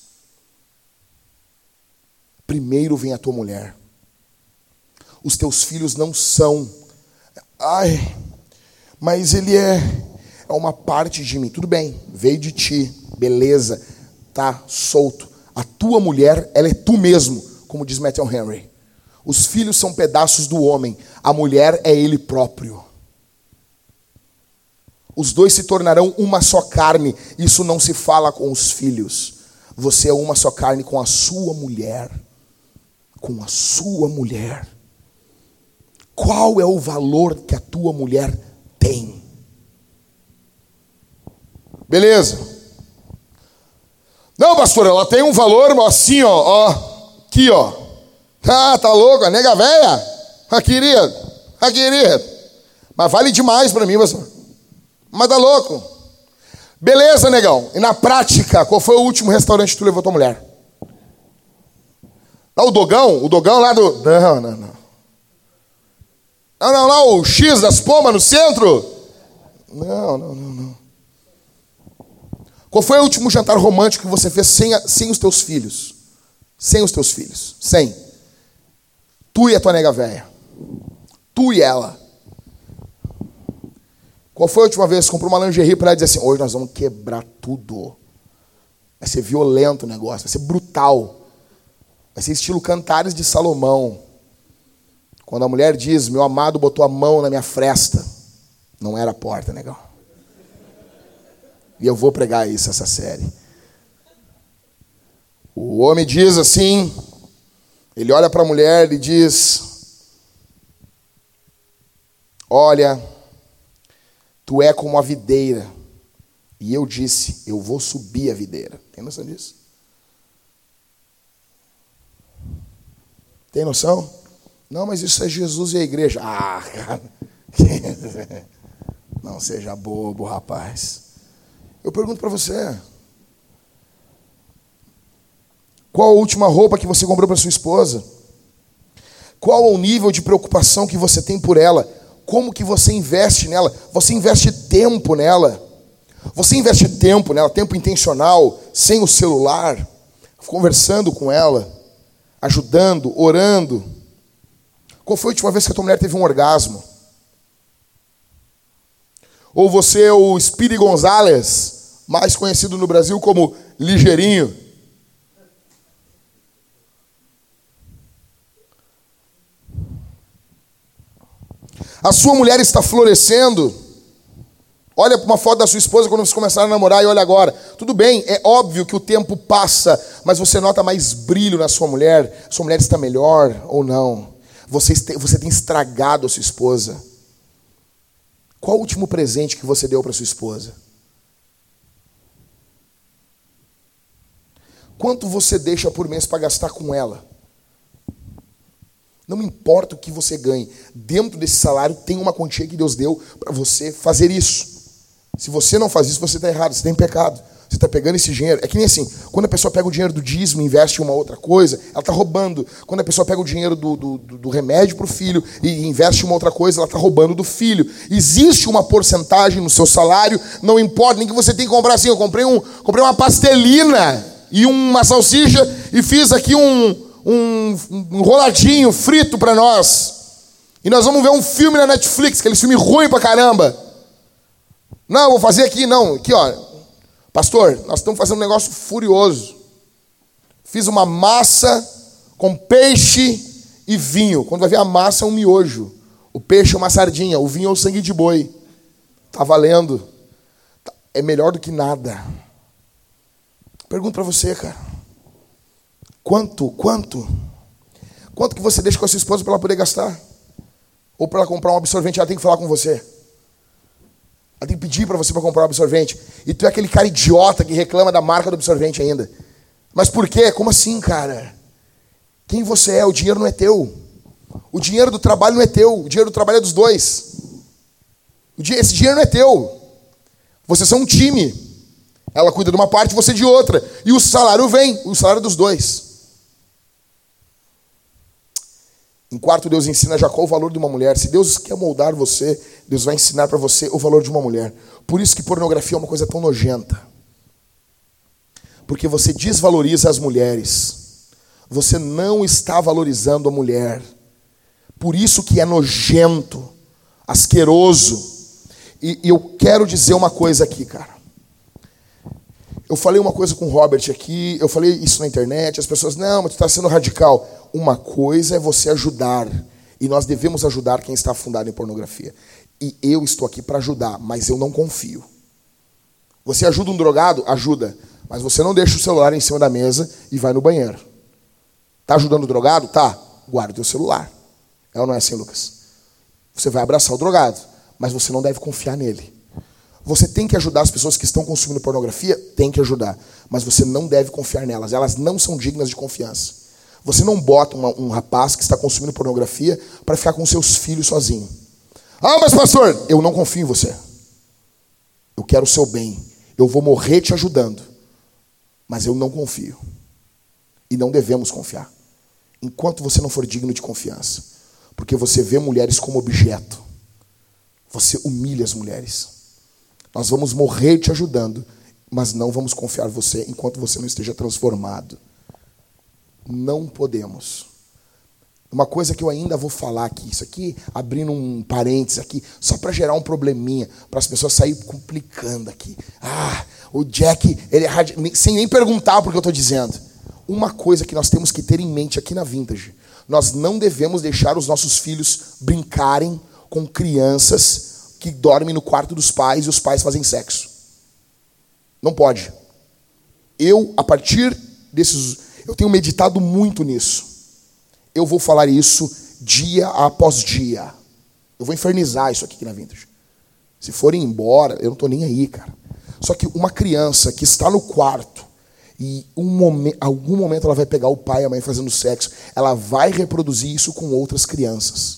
Primeiro vem a tua mulher. Os teus filhos não são... Ai, mas ele é... é uma parte de mim. Tudo bem, veio de ti, beleza, tá solto. A tua mulher, ela é tu mesmo, como diz Matthew Henry. Os filhos são pedaços do homem, a mulher é ele próprio. Os dois se tornarão uma só carne. Isso não se fala com os filhos. Você é uma só carne com a sua mulher. com a sua mulher. Qual é o valor que a tua mulher tem? Beleza. Não, pastor, ela tem um valor assim, ó, ó, aqui, ó. Ah, tá louco, a nega véia? Ah, querido, ah, querido. Mas vale demais pra mim, pastor. Mas tá louco. Beleza, negão. E na prática, qual foi o último restaurante que tu levou tua mulher? Lá o Dogão, o Dogão lá do... Não, não, não. Não, não, lá o X das Pomas no centro? Não, não, não, não. Qual foi o último jantar romântico que você fez sem, a, sem os teus filhos? Sem os teus filhos. Sem. Tu e a tua nega velha. Tu e ela. Qual foi a última vez que comprou uma lingerie para ela dizer assim, hoje nós vamos quebrar tudo. Vai ser violento o negócio, vai ser brutal. Vai ser estilo Cantares de Salomão. Quando a mulher diz, meu amado botou a mão na minha fresta. Não era a porta, negão. E eu vou pregar isso, essa série. O homem diz assim, ele olha para a mulher e diz, olha, tu é como a videira. E eu disse, eu vou subir a videira. Tem noção disso? Tem noção? Não, mas isso é Jesus e a igreja. Ah, cara. Não seja bobo, rapaz. Eu pergunto para você. Qual a última roupa que você comprou para sua esposa? Qual o nível de preocupação que você tem por ela? Como que você investe nela? Você investe tempo nela. Você investe tempo nela, tempo intencional, sem o celular, conversando com ela, ajudando, orando. Qual foi a última vez que a tua mulher teve um orgasmo? Ou você é o Speedy Gonzalez, mais conhecido no Brasil como Ligeirinho? A sua mulher está florescendo. Olha para uma foto da sua esposa quando vocês começaram a namorar e olha agora. Tudo bem, é óbvio que o tempo passa, mas você nota mais brilho na sua mulher. Sua mulher está melhor ou não? Você, você tem estragado a sua esposa. Qual o último presente que você deu para sua esposa? Quanto você deixa por mês para gastar com ela? Não importa o que você ganhe. Dentro desse salário tem uma quantia que Deus deu para você fazer isso. Se você não faz isso, você está errado, você tem pecado. Você está pegando esse dinheiro. É que nem assim, quando a pessoa pega o dinheiro do dízimo e investe em uma outra coisa, ela está roubando. Quando a pessoa pega o dinheiro do, do, do remédio para o filho e investe em uma outra coisa, ela está roubando do filho. Existe uma porcentagem no seu salário, não importa, nem que você tem que comprar assim. Eu comprei, um, comprei uma pastelina e uma salsicha e fiz aqui um, um, um enroladinho frito para nós. E nós vamos ver um filme na Netflix, aquele filme ruim pra caramba. Não, vou fazer aqui, não. Aqui, ó. Pastor, nós estamos fazendo um negócio furioso. Fiz uma massa com peixe e vinho. Quando vai ver a massa é um miojo. O peixe é uma sardinha. O vinho é o sangue de boi. Tá valendo. É melhor do que nada. Pergunto para você, cara. Quanto, quanto? Quanto que você deixa com a sua esposa para ela poder gastar? Ou para ela comprar um absorvente, ela tem que falar com você. Ela tem que pedir para você para comprar um absorvente. E tu é aquele cara idiota que reclama da marca do absorvente ainda. Mas por quê? Como assim, cara? Quem você é? O dinheiro não é teu. O dinheiro do trabalho não é teu. O dinheiro do trabalho é dos dois. Esse dinheiro não é teu. Vocês são um time. Ela cuida de uma parte, você de outra. E o salário vem. O salário é dos dois. Em quarto, Deus ensina Jacó o valor de uma mulher. Se Deus quer moldar você, Deus vai ensinar para você o valor de uma mulher. Por isso que pornografia é uma coisa tão nojenta. Porque você desvaloriza as mulheres. Você não está valorizando a mulher. Por isso que é nojento, asqueroso. E, e eu quero dizer uma coisa aqui, cara. Eu falei uma coisa com o Robert aqui, eu falei isso na internet, as pessoas, não, mas tu está sendo radical. Uma coisa é você ajudar, e nós devemos ajudar quem está afundado em pornografia. E eu estou aqui para ajudar, mas eu não confio. Você ajuda um drogado? Ajuda. Mas você não deixa o celular em cima da mesa e vai no banheiro. Tá ajudando o drogado? Tá. Guarda o teu celular. É ou não é assim, Lucas? Você vai abraçar o drogado, mas você não deve confiar nele. Você tem que ajudar as pessoas que estão consumindo pornografia? Tem que ajudar. Mas você não deve confiar nelas. Elas não são dignas de confiança. Você não bota uma, um rapaz que está consumindo pornografia para ficar com seus filhos sozinho. Ah, mas pastor, eu não confio em você. Eu quero o seu bem. Eu vou morrer te ajudando. Mas eu não confio. E não devemos confiar. Enquanto você não for digno de confiança. Porque você vê mulheres como objeto. Você humilha as mulheres. Nós vamos morrer te ajudando, mas não vamos confiar em você enquanto você não esteja transformado. Não podemos. Uma coisa que eu ainda vou falar aqui, isso aqui, abrindo um parênteses aqui, só para gerar um probleminha, para as pessoas saírem complicando aqui. Ah, o Jack, ele é radi... sem nem perguntar porque eu estou dizendo. Uma coisa que nós temos que ter em mente aqui na Vintage, nós não devemos deixar os nossos filhos brincarem com crianças que dormem no quarto dos pais e os pais fazem sexo. Não pode. Eu, a partir desses... Eu tenho meditado muito nisso. Eu vou falar isso dia após dia. Eu vou infernizar isso aqui na Vintage. Se forem embora, eu não estou nem aí, cara. Só que uma criança que está no quarto e um momento, algum momento ela vai pegar o pai e a mãe fazendo sexo, ela vai reproduzir isso com outras crianças.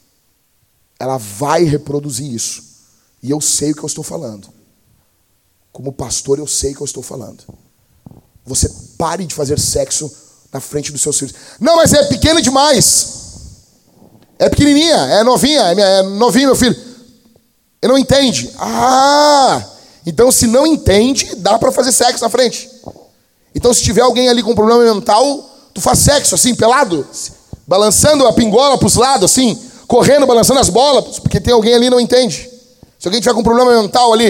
Ela vai reproduzir isso. E eu sei o que eu estou falando. Como pastor, eu sei o que eu estou falando. Você pare de fazer sexo na frente dos seus filhos. Não, mas é pequeno demais. É pequenininha, é novinha, é, minha, é novinho meu filho. Ele não entende. Ah, então se não entende, dá para fazer sexo na frente. Então se tiver alguém ali com problema mental, tu faz sexo assim, pelado, balançando a pingola para os lados, assim, correndo, balançando as bolas, porque tem alguém ali que não entende. Se alguém tiver com problema mental ali,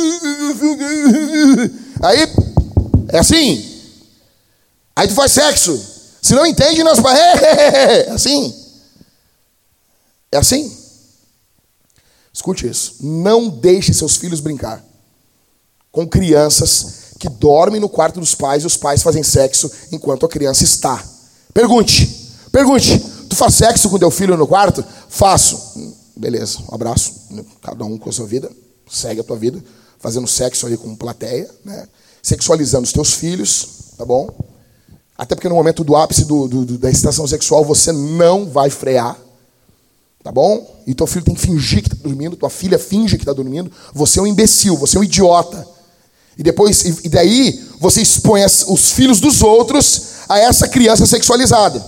aí, é assim. Aí tu faz sexo. Se não entende, nós faz, é assim. É assim. Escute isso. Não deixe seus filhos brincar com crianças que dormem no quarto dos pais e os pais fazem sexo enquanto a criança está. Pergunte. Pergunte. Tu faz sexo com teu filho no quarto? Faço. Beleza, um abraço. Cada um com a sua vida. Segue a tua vida. Fazendo sexo aí com plateia, né? Sexualizando os teus filhos, tá bom? Até porque no momento do ápice do, do, da excitação sexual você não vai frear, tá bom? E teu filho tem que fingir que está dormindo, tua filha finge que está dormindo. Você é um imbecil, você é um idiota. E depois, e daí você expõe os filhos dos outros a essa criança sexualizada.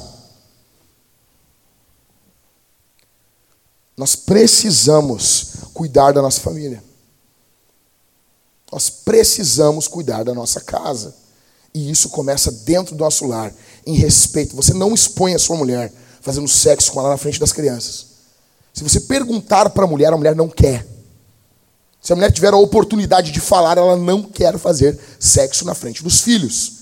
Nós precisamos cuidar da nossa família. Nós precisamos cuidar da nossa casa. E isso começa dentro do nosso lar, em respeito. Você não expõe a sua mulher fazendo sexo com ela na frente das crianças. Se você perguntar para a mulher, a mulher não quer. Se a mulher tiver a oportunidade de falar, ela não quer fazer sexo na frente dos filhos.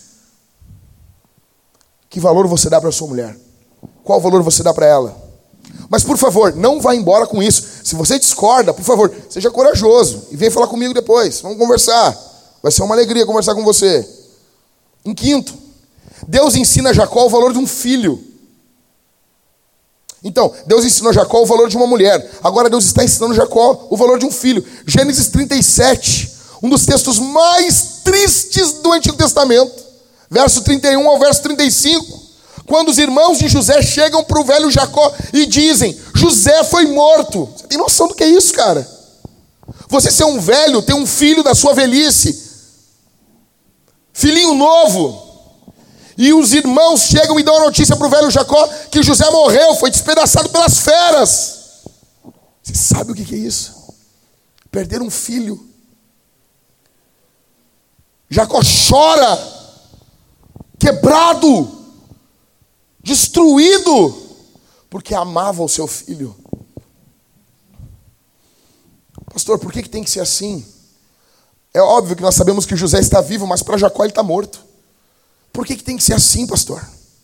Que valor você dá para a sua mulher? Qual valor você dá para ela? Mas, por favor, não vá embora com isso. Se você discorda, por favor, seja corajoso. E venha falar comigo depois. Vamos conversar. Vai ser uma alegria conversar com você. Em quinto, Deus ensina a Jacó o valor de um filho. Então, Deus ensinou a Jacó o valor de uma mulher. Agora Deus está ensinando a Jacó o valor de um filho. Gênesis trinta e sete, um dos textos mais tristes do Antigo Testamento. Verso trinta e um ao verso trinta e cinco. Quando os irmãos de José chegam para o velho Jacó e dizem, José foi morto. Você tem noção do que é isso, cara? Você ser um velho, ter um filho da sua velhice, filhinho novo, e os irmãos chegam e dão a notícia para o velho Jacó que José morreu, foi despedaçado pelas feras. Você sabe o que é isso? Perder um filho. Jacó chora, quebrado, destruído, porque amava o seu filho. Pastor, por que, que tem que ser assim? É óbvio que nós sabemos que José está vivo, mas para Jacó ele está morto. Por que, que tem que ser assim, pastor?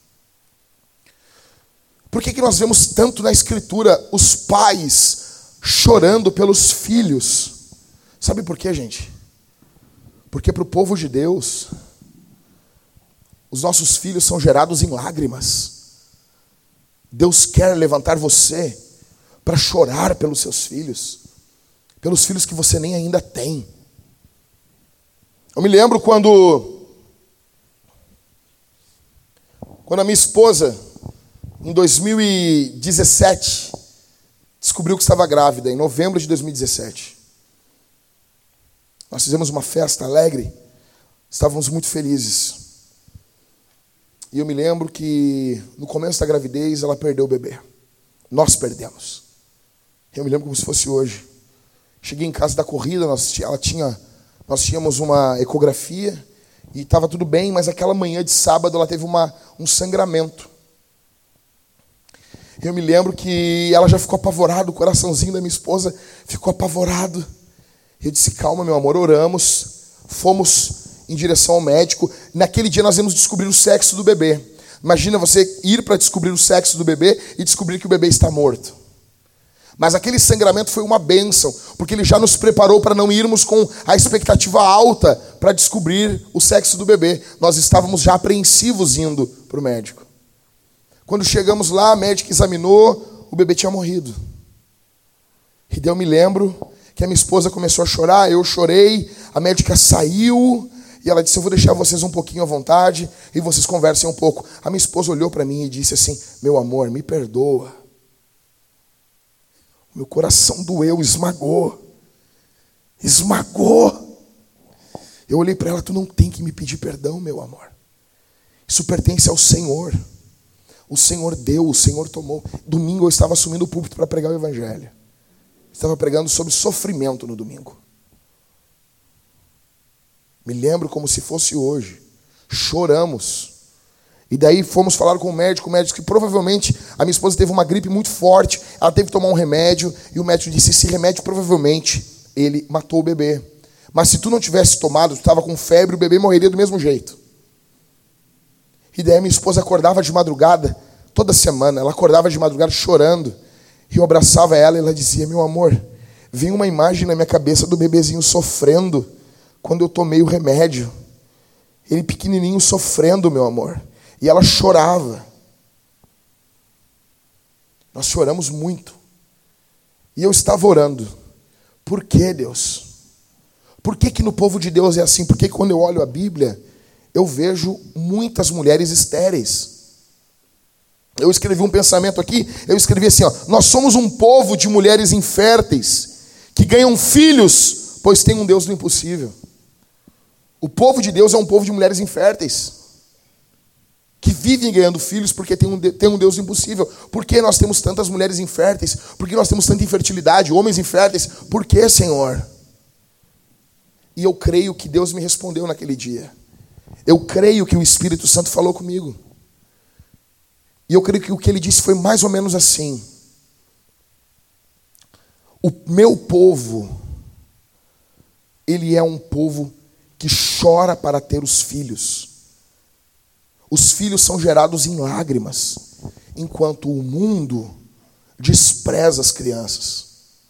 Por que, que nós vemos tanto na Escritura os pais chorando pelos filhos? Sabe por quê, gente? Porque para o povo de Deus, Os nossos filhos são gerados em lágrimas. Deus quer levantar você para chorar pelos seus filhos, pelos filhos que você nem ainda tem. Eu me lembro quando, quando a minha esposa, em dois mil e dezessete, descobriu que estava grávida, em novembro de dois mil e dezessete. Nós fizemos uma festa alegre, estávamos muito felizes. E eu me lembro que no começo da gravidez ela perdeu o bebê. Nós perdemos. Eu me lembro como se fosse hoje. Cheguei em casa da corrida, nós, ela tinha, nós tínhamos uma ecografia e estava tudo bem, mas aquela manhã de sábado ela teve uma, um sangramento. Eu me lembro que ela já ficou apavorada, o coraçãozinho da minha esposa ficou apavorado. Eu disse, calma, meu amor, oramos, fomos em direção ao médico. Naquele dia nós íamos descobrir o sexo do bebê. Imagina você ir para descobrir o sexo do bebê e descobrir que o bebê está morto. Mas aquele sangramento foi uma bênção, porque ele já nos preparou para não irmos com a expectativa alta para descobrir o sexo do bebê. Nós estávamos já apreensivos indo para o médico. Quando chegamos lá, a médica examinou, o bebê tinha morrido. E daí eu me lembro que a minha esposa começou a chorar, eu chorei, a médica saiu e ela disse, eu vou deixar vocês um pouquinho à vontade e vocês conversem um pouco. A minha esposa olhou para mim e disse assim, meu amor, me perdoa. Meu coração doeu, esmagou. Esmagou. Eu olhei para ela, tu não tem que me pedir perdão, meu amor. Isso pertence ao Senhor. O Senhor deu, o Senhor tomou. Domingo eu estava assumindo o púlpito para pregar o evangelho. Estava pregando sobre sofrimento no domingo. Me lembro como se fosse hoje. Choramos. E daí fomos falar com o médico. O médico disse que provavelmente a minha esposa teve uma gripe muito forte. Ela teve que tomar um remédio. E o médico disse, esse remédio provavelmente ele matou o bebê. Mas se tu não tivesse tomado, tu estava com febre, o bebê morreria do mesmo jeito. E daí a minha esposa acordava de madrugada, toda semana. Ela acordava de madrugada chorando. E eu abraçava ela e ela dizia, meu amor, vem uma imagem na minha cabeça do bebezinho sofrendo quando eu tomei o remédio. Ele pequenininho sofrendo, meu amor. E ela chorava. Nós choramos muito. E eu estava orando. Por que, Deus? Por que que no povo de Deus é assim? Por que quando eu olho a Bíblia, eu vejo muitas mulheres estéreis? Eu escrevi um pensamento aqui, eu escrevi assim, ó, nós somos um povo de mulheres inférteis, que ganham filhos, pois tem um Deus do impossível. O povo de Deus é um povo de mulheres inférteis, que vivem ganhando filhos porque tem um, tem um Deus impossível. Por que nós temos tantas mulheres inférteis? Por que nós temos tanta infertilidade, homens inférteis? Por que, Senhor? E eu creio que Deus me respondeu naquele dia. Eu creio que o Espírito Santo falou comigo. E eu creio que o que ele disse foi mais ou menos assim. O meu povo, ele é um povo que chora para ter os filhos. Os filhos são gerados em lágrimas, enquanto o mundo despreza as crianças.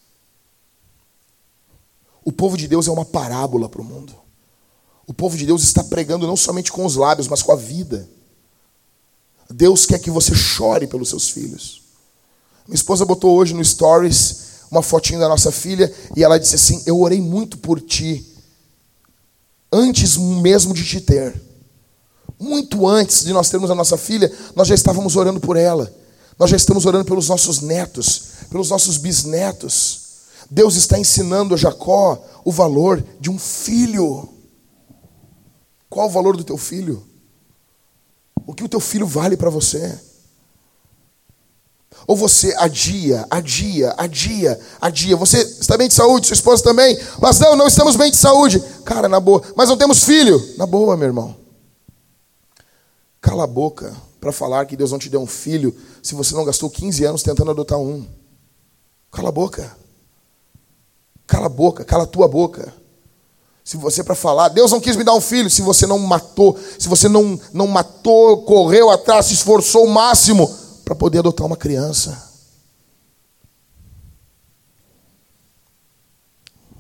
O povo de Deus é uma parábola para o mundo. O povo de Deus está pregando não somente com os lábios, mas com a vida. Deus quer que você chore pelos seus filhos. Minha esposa botou hoje no Stories uma fotinha da nossa filha e ela disse assim, eu orei muito por ti, antes mesmo de te ter. Muito antes de nós termos a nossa filha, nós já estávamos orando por ela. Nós já estamos orando pelos nossos netos, pelos nossos bisnetos. Deus está ensinando a Jacó o valor de um filho. Qual o valor do teu filho? O que o teu filho vale para você? Ou você adia, adia, adia, adia. Você está bem de saúde, sua esposa também. Mas não, não estamos bem de saúde. Cara, na boa. Mas não temos filho. Na boa, meu irmão. Cala a boca para falar que Deus não te deu um filho se você não gastou quinze anos tentando adotar um. Cala a boca. Cala a boca, cala a tua boca. Se você para falar, Deus não quis me dar um filho, se você não matou, se você não, não matou, correu atrás, se esforçou o máximo para poder adotar uma criança.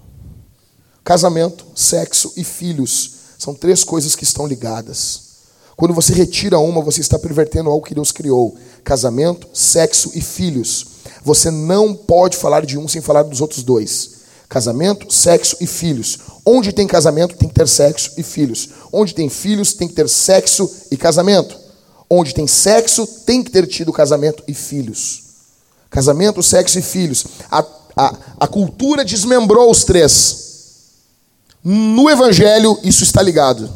Casamento, sexo e filhos são três coisas que estão ligadas. Quando você retira uma, você está pervertendo algo que Deus criou. Casamento, sexo e filhos. Você não pode falar de um sem falar dos outros dois. Casamento, sexo e filhos. Onde tem casamento, tem que ter sexo e filhos. Onde tem filhos, tem que ter sexo e casamento. Onde tem sexo, tem que ter tido casamento e filhos. Casamento, sexo e filhos. A, a, a cultura desmembrou os três. No Evangelho, isso está ligado.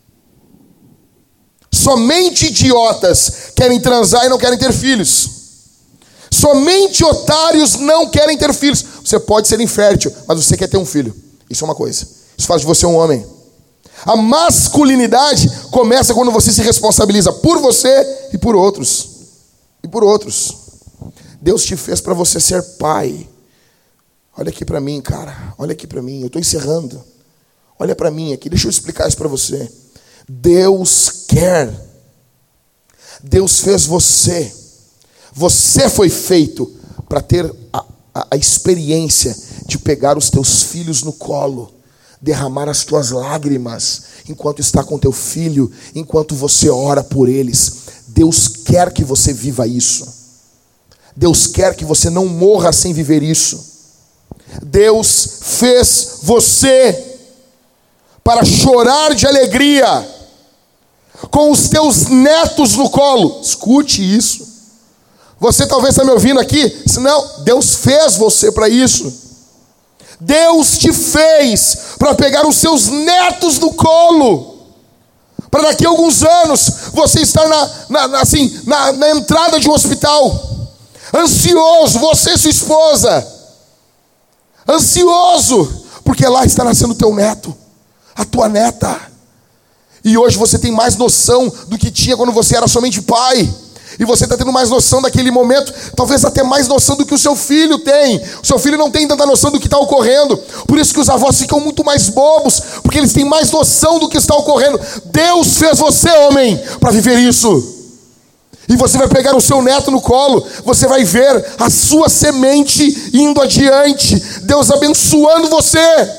Somente idiotas querem transar e não querem ter filhos. Somente otários não querem ter filhos. Você pode ser infértil, mas você quer ter um filho. Isso é uma coisa. Isso faz de você um homem. A masculinidade começa quando você se responsabiliza por você e por outros. E por outros. Deus te fez para você ser pai. Olha aqui para mim, cara. Olha aqui para mim. Eu estou encerrando. Olha para mim aqui. Deixa eu explicar isso para você. Deus quer. Deus fez você. Você foi feito para ter a, a, a experiência de pegar os teus filhos no colo, derramar as tuas lágrimas enquanto está com teu filho, enquanto você ora por eles. Deus quer que você viva isso. Deus quer que você não morra sem viver isso. Deus fez você para chorar de alegria com os teus netos no colo. Escute isso. Você talvez está me ouvindo aqui. Não, Deus fez você para isso. Deus te fez para pegar os seus netos no colo. Para daqui a alguns anos você estar na, na, assim, na, na entrada de um hospital, ansioso, você e sua esposa, ansioso, porque lá está nascendo o teu neto, a tua neta. E hoje você tem mais noção do que tinha quando você era somente pai. E você está tendo mais noção daquele momento, talvez até mais noção do que o seu filho tem. O seu filho não tem tanta noção do que está ocorrendo. Por isso que os avós ficam muito mais bobos, porque eles têm mais noção do que está ocorrendo. Deus fez você, homem, para viver isso. E você vai pegar o seu neto no colo, você vai ver a sua semente indo adiante, Deus abençoando você.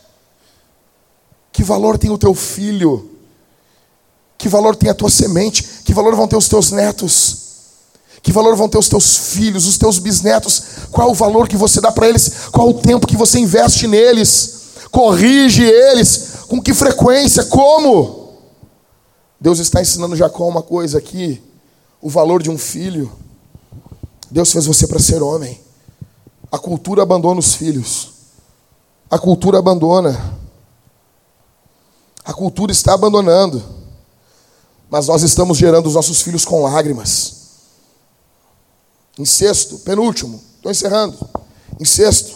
Que valor tem o teu filho? Que valor tem a tua semente? Que valor vão ter os teus netos? Que valor vão ter os teus filhos, os teus bisnetos? Qual o valor que você dá para eles? Qual o tempo que você investe neles? Corrige eles? Com que frequência? Como? Deus está ensinando Jacó uma coisa aqui. O valor de um filho. Deus fez você para ser homem. A cultura abandona os filhos. A cultura abandona. A cultura está abandonando. Mas nós estamos gerando os nossos filhos com lágrimas. Em sexto, penúltimo, estou encerrando. Em sexto,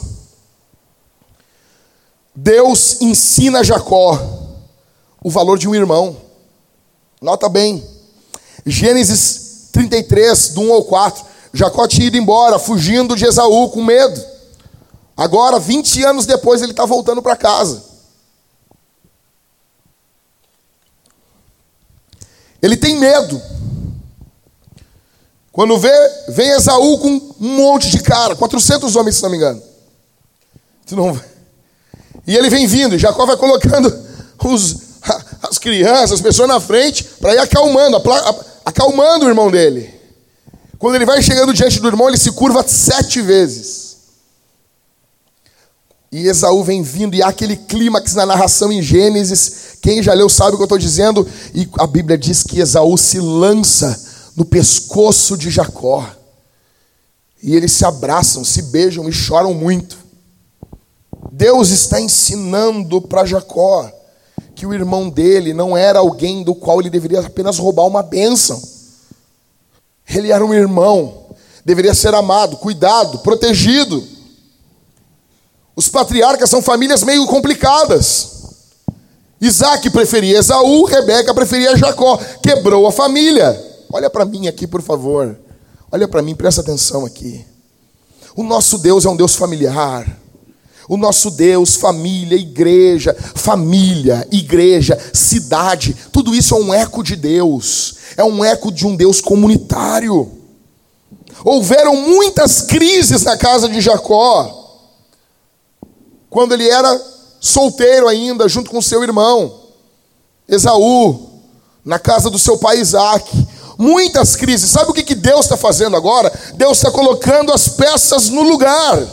Deus ensina a Jacó o valor de um irmão. Nota bem, Gênesis trinta e três, do um ao quatro. Jacó tinha ido embora, fugindo de Esaú com medo. Agora, vinte anos depois, ele está voltando para casa. Ele tem medo. Quando vê, vem Esaú com um monte de cara, quatrocentos homens, se não me engano. Não... E ele vem vindo, e Jacó vai colocando os, as crianças, as pessoas na frente, para ir acalmando, acalmando o irmão dele. Quando ele vai chegando diante do irmão, ele se curva sete vezes. E Esaú vem vindo, e há aquele clímax na narração em Gênesis. Quem já leu sabe o que eu estou dizendo. E a Bíblia diz que Esaú se lança no pescoço de Jacó. E eles se abraçam, se beijam e choram muito. Deus está ensinando para Jacó que o irmão dele não era alguém do qual ele deveria apenas roubar uma bênção. Ele era um irmão, deveria ser amado, cuidado, protegido. Os patriarcas são famílias meio complicadas. Isaac preferia Esaú, Rebeca preferia Jacó. Quebrou a família. Olha para mim aqui, por favor. Olha para mim, presta atenção aqui. O nosso Deus é um Deus familiar. O nosso Deus, família, igreja, família, igreja, cidade, tudo isso é um eco de Deus. É um eco de um Deus comunitário. Houveram muitas crises na casa de Jacó, quando ele era solteiro ainda, junto com seu irmão Esaú. na casa do seu pai Isaac. Muitas crises. Sabe o que Deus está fazendo agora? Deus está colocando as peças no lugar.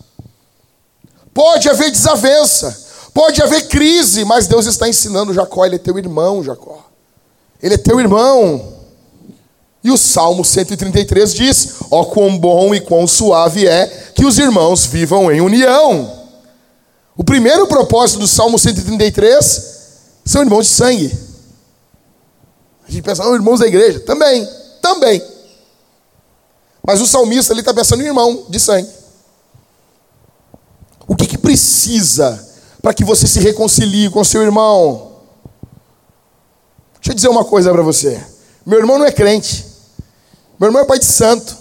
Pode haver desavença, pode haver crise, mas Deus está ensinando Jacó, ele é teu irmão, Jacó. Ele é teu irmão. E o Salmo cento e trinta e três diz: ó, quão bom e quão suave é que os irmãos vivam em união. O primeiro propósito do Salmo cento e trinta e três são irmãos de sangue. A gente pensa, oh, irmãos da igreja. Também, também. Mas o salmista ali está pensando em irmão de sangue. O que, que precisa para que você se reconcilie com seu irmão? Deixa eu dizer uma coisa para você. Meu irmão não é crente. Meu irmão é pai de santo.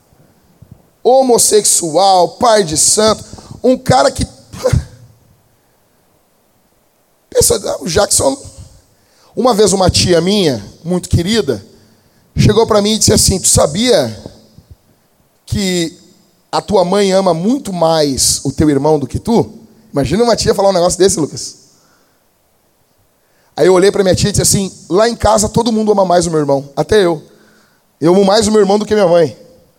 Homossexual, pai de santo. Um cara que... Pensa, o Jackson... Uma vez uma tia minha, muito querida, chegou para mim e disse assim: tu sabia que a tua mãe ama muito mais o teu irmão do que tu? Imagina uma tia falar um negócio desse, Lucas. Aí eu olhei para minha tia e disse assim: lá em casa todo mundo ama mais o meu irmão, até eu. Eu amo mais o meu irmão do que minha mãe.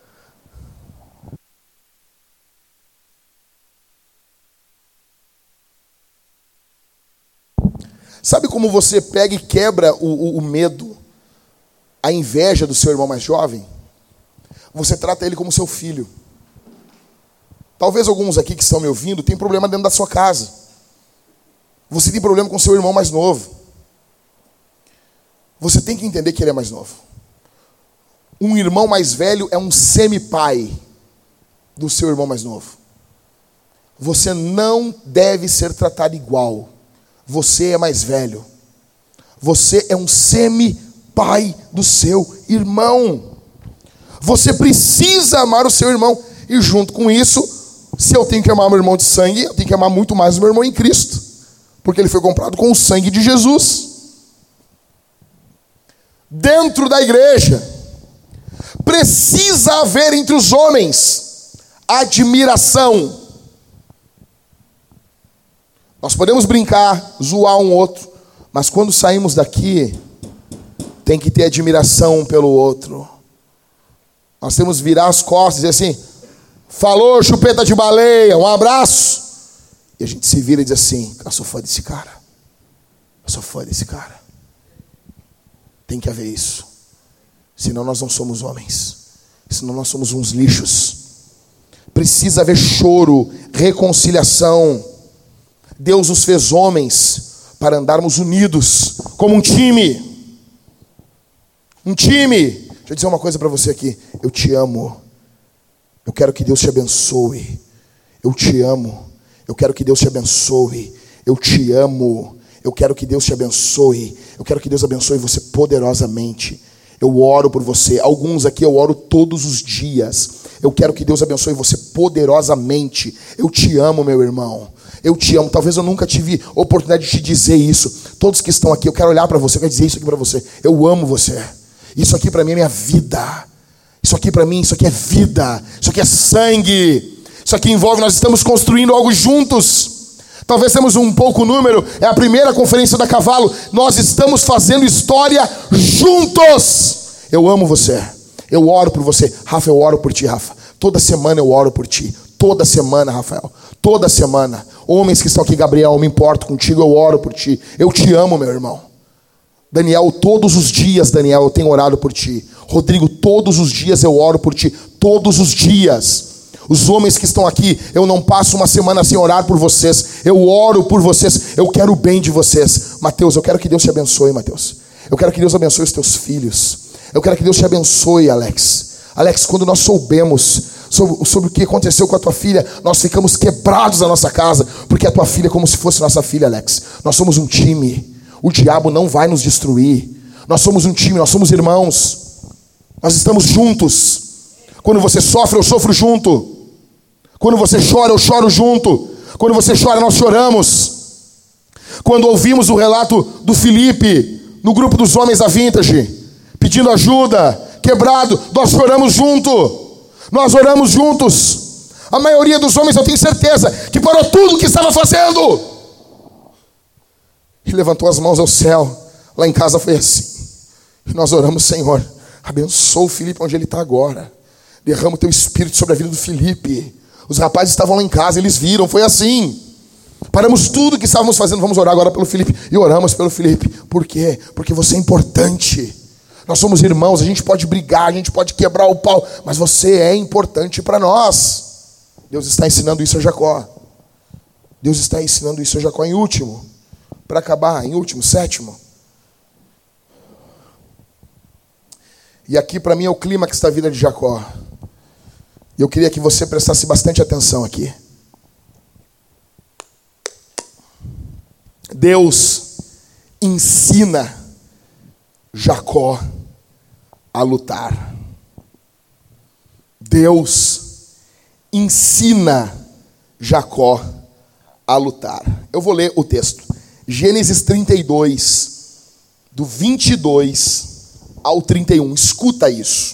Sabe como você pega e quebra o, o, o medo, a inveja do seu irmão mais jovem? Você trata ele como seu filho. Talvez alguns aqui que estão me ouvindo tenham problema dentro da sua casa. Você tem problema com seu irmão mais novo. Você tem que entender que ele é mais novo. Um irmão mais velho é um semi-pai do seu irmão mais novo. Você não deve ser tratado igual. Você é mais velho. Você é um semi-pai do seu irmão. Você precisa amar o seu irmão. E junto com isso, se eu tenho que amar meu irmão de sangue, eu tenho que amar muito mais o meu irmão em Cristo. Porque ele foi comprado com o sangue de Jesus. Dentro da igreja, precisa haver entre os homens admiração. Nós podemos brincar, zoar um outro, mas quando saímos daqui, tem que ter admiração um pelo outro. Nós temos que virar as costas e dizer assim: falou, chupeta de baleia, um abraço. E a gente se vira e diz assim: eu sou fã desse cara. Eu sou fã desse cara. Tem que haver isso. Senão nós não somos homens. Senão nós somos uns lixos. Precisa haver choro, reconciliação. Deus nos fez homens para andarmos unidos, como um time. Um time. Deixa eu dizer uma coisa para você aqui. Eu te amo. Eu quero que Deus te abençoe. Eu te amo. Eu quero que Deus te abençoe. Eu te amo. Eu quero que Deus te abençoe. Eu quero que Deus abençoe você poderosamente. Eu oro por você. Alguns aqui eu oro todos os dias. Eu quero que Deus abençoe você poderosamente. Eu te amo, meu irmão. Eu te amo. Talvez eu nunca tive oportunidade de te dizer isso. Todos que estão aqui, eu quero olhar para você. Eu quero dizer isso aqui para você. Eu amo você. Isso aqui para mim é minha vida. Isso aqui para mim, isso aqui é vida. Isso aqui é sangue. Isso aqui envolve, nós estamos construindo algo juntos. Talvez temos um pouco número. É a primeira conferência da Cavalo. Nós estamos fazendo história juntos. Eu amo você. Eu oro por você. Rafa, eu oro por ti, Rafa. Toda semana eu oro por ti. Toda semana, Rafael. Toda semana. Homens que estão aqui, Gabriel, eu me importo contigo, eu oro por ti. Eu te amo, meu irmão. Daniel, todos os dias, Daniel, eu tenho orado por ti. Rodrigo, todos os dias eu oro por ti. Todos os dias. Os homens que estão aqui, eu não passo uma semana sem orar por vocês. Eu oro por vocês. Eu quero o bem de vocês. Mateus, eu quero que Deus te abençoe, Mateus. Eu quero que Deus abençoe os teus filhos. Eu quero que Deus te abençoe, Alex. Alex, quando nós soubemos sobre, sobre o que aconteceu com a tua filha, nós ficamos quebrados na nossa casa, porque a tua filha é como se fosse nossa filha, Alex. Nós somos um time. O diabo não vai nos destruir. Nós somos um time, nós somos irmãos. Nós estamos juntos. Quando você sofre, eu sofro junto. Quando você chora, eu choro junto. Quando você chora, nós choramos. Quando ouvimos o relato do Felipe no grupo dos homens da Vintage, pedindo ajuda, quebrado, nós choramos junto. Nós oramos juntos. A maioria dos homens, eu tenho certeza, que parou tudo o que estava fazendo e levantou as mãos ao céu. Lá em casa foi assim. E nós oramos: Senhor, abençoa o Felipe onde ele está agora. Derrama o teu espírito sobre a vida do Felipe. Os rapazes estavam lá em casa, eles viram, foi assim. Paramos tudo que estávamos fazendo, vamos orar agora pelo Felipe. E oramos pelo Felipe. Por quê? Porque você é importante. Nós somos irmãos, a gente pode brigar, a gente pode quebrar o pau, mas você é importante para nós. Deus está ensinando isso a Jacó. Deus está ensinando isso a Jacó. Em último, para acabar, em último, sétimo. E aqui para mim é o clímax da vida de Jacó. E eu queria que você prestasse bastante atenção aqui. Deus ensina Jacó a lutar. Deus ensina Jacó a lutar. Eu vou ler o texto. Gênesis trinta e dois, do vinte e dois ao trinta e um. Escuta isso.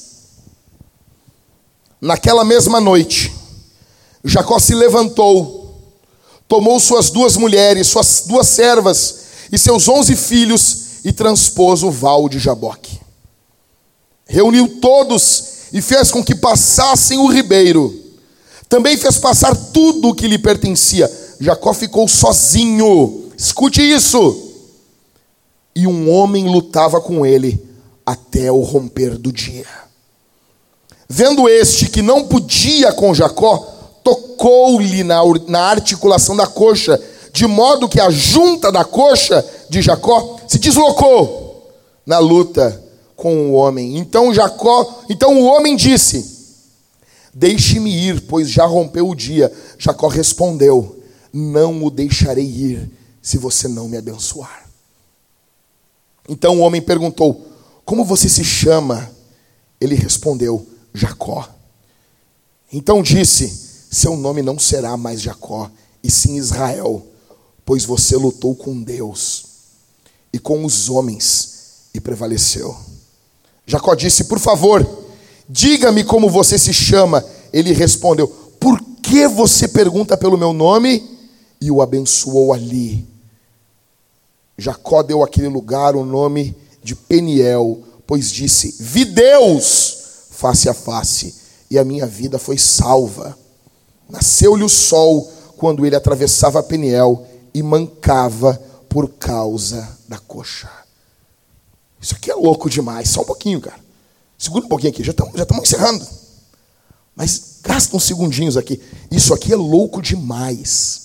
Naquela mesma noite, Jacó se levantou, tomou suas duas mulheres, suas duas servas e seus onze filhos e transpôs o val de Jaboque. Reuniu todos e fez com que passassem o ribeiro. Também fez passar tudo o que lhe pertencia. Jacó ficou sozinho. Escute isso. E um homem lutava com ele até o romper do dia. Vendo este que não podia com Jacó, tocou-lhe na, na articulação da coxa, de modo que a junta da coxa de Jacó se deslocou na luta com o homem. Então Jacó, então o homem disse: deixe-me ir, pois já rompeu o dia. Jacó respondeu: não o deixarei ir, se você não me abençoar. Então o homem perguntou: como você se chama? Ele respondeu: Jacó. Então disse: seu nome não será mais Jacó, e sim Israel, pois você lutou com Deus e com os homens e prevaleceu. Jacó disse: por favor, diga-me como você se chama. Ele respondeu: por que você pergunta pelo meu nome? E o abençoou ali. Jacó deu àquele lugar o nome de Peniel, pois disse: vi Deus face a face, e a minha vida foi salva. Nasceu-lhe o sol quando ele atravessava Peniel e mancava por causa da coxa. Isso aqui é louco demais. Só um pouquinho, cara. Segura um pouquinho aqui, já estamos já estamos encerrando. Mas gasta uns segundinhos aqui. Isso aqui é louco demais.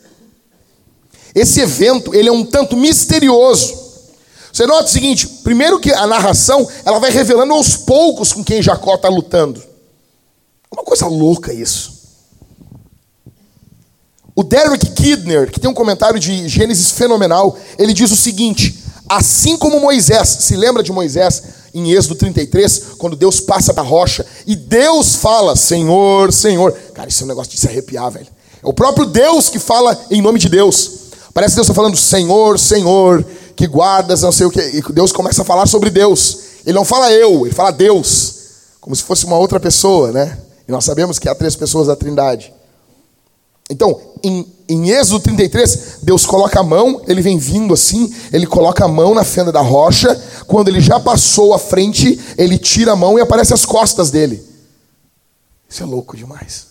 Esse evento, ele é um tanto misterioso. Você nota o seguinte: primeiro que a narração, ela vai revelando aos poucos com quem Jacó está lutando. Uma coisa louca isso. O Derek Kidner, que tem um comentário de Gênesis fenomenal, ele diz o seguinte: assim como Moisés, se lembra de Moisés em Êxodo trinta e três, quando Deus passa da rocha e Deus fala: Senhor, Senhor. Cara, isso é um negócio de se arrepiar, velho. É o próprio Deus que fala em nome de Deus. Parece que Deus está falando: Senhor, Senhor, que guardas, não sei o que. E Deus começa a falar sobre Deus. Ele não fala eu, ele fala Deus, como se fosse uma outra pessoa, né? E nós sabemos que há três pessoas da Trindade. Então, em, em Êxodo trinta e três, Deus coloca a mão, ele vem vindo assim, ele coloca a mão na fenda da rocha. Quando ele já passou à frente, ele tira a mão e aparece as costas dele. Isso é louco demais.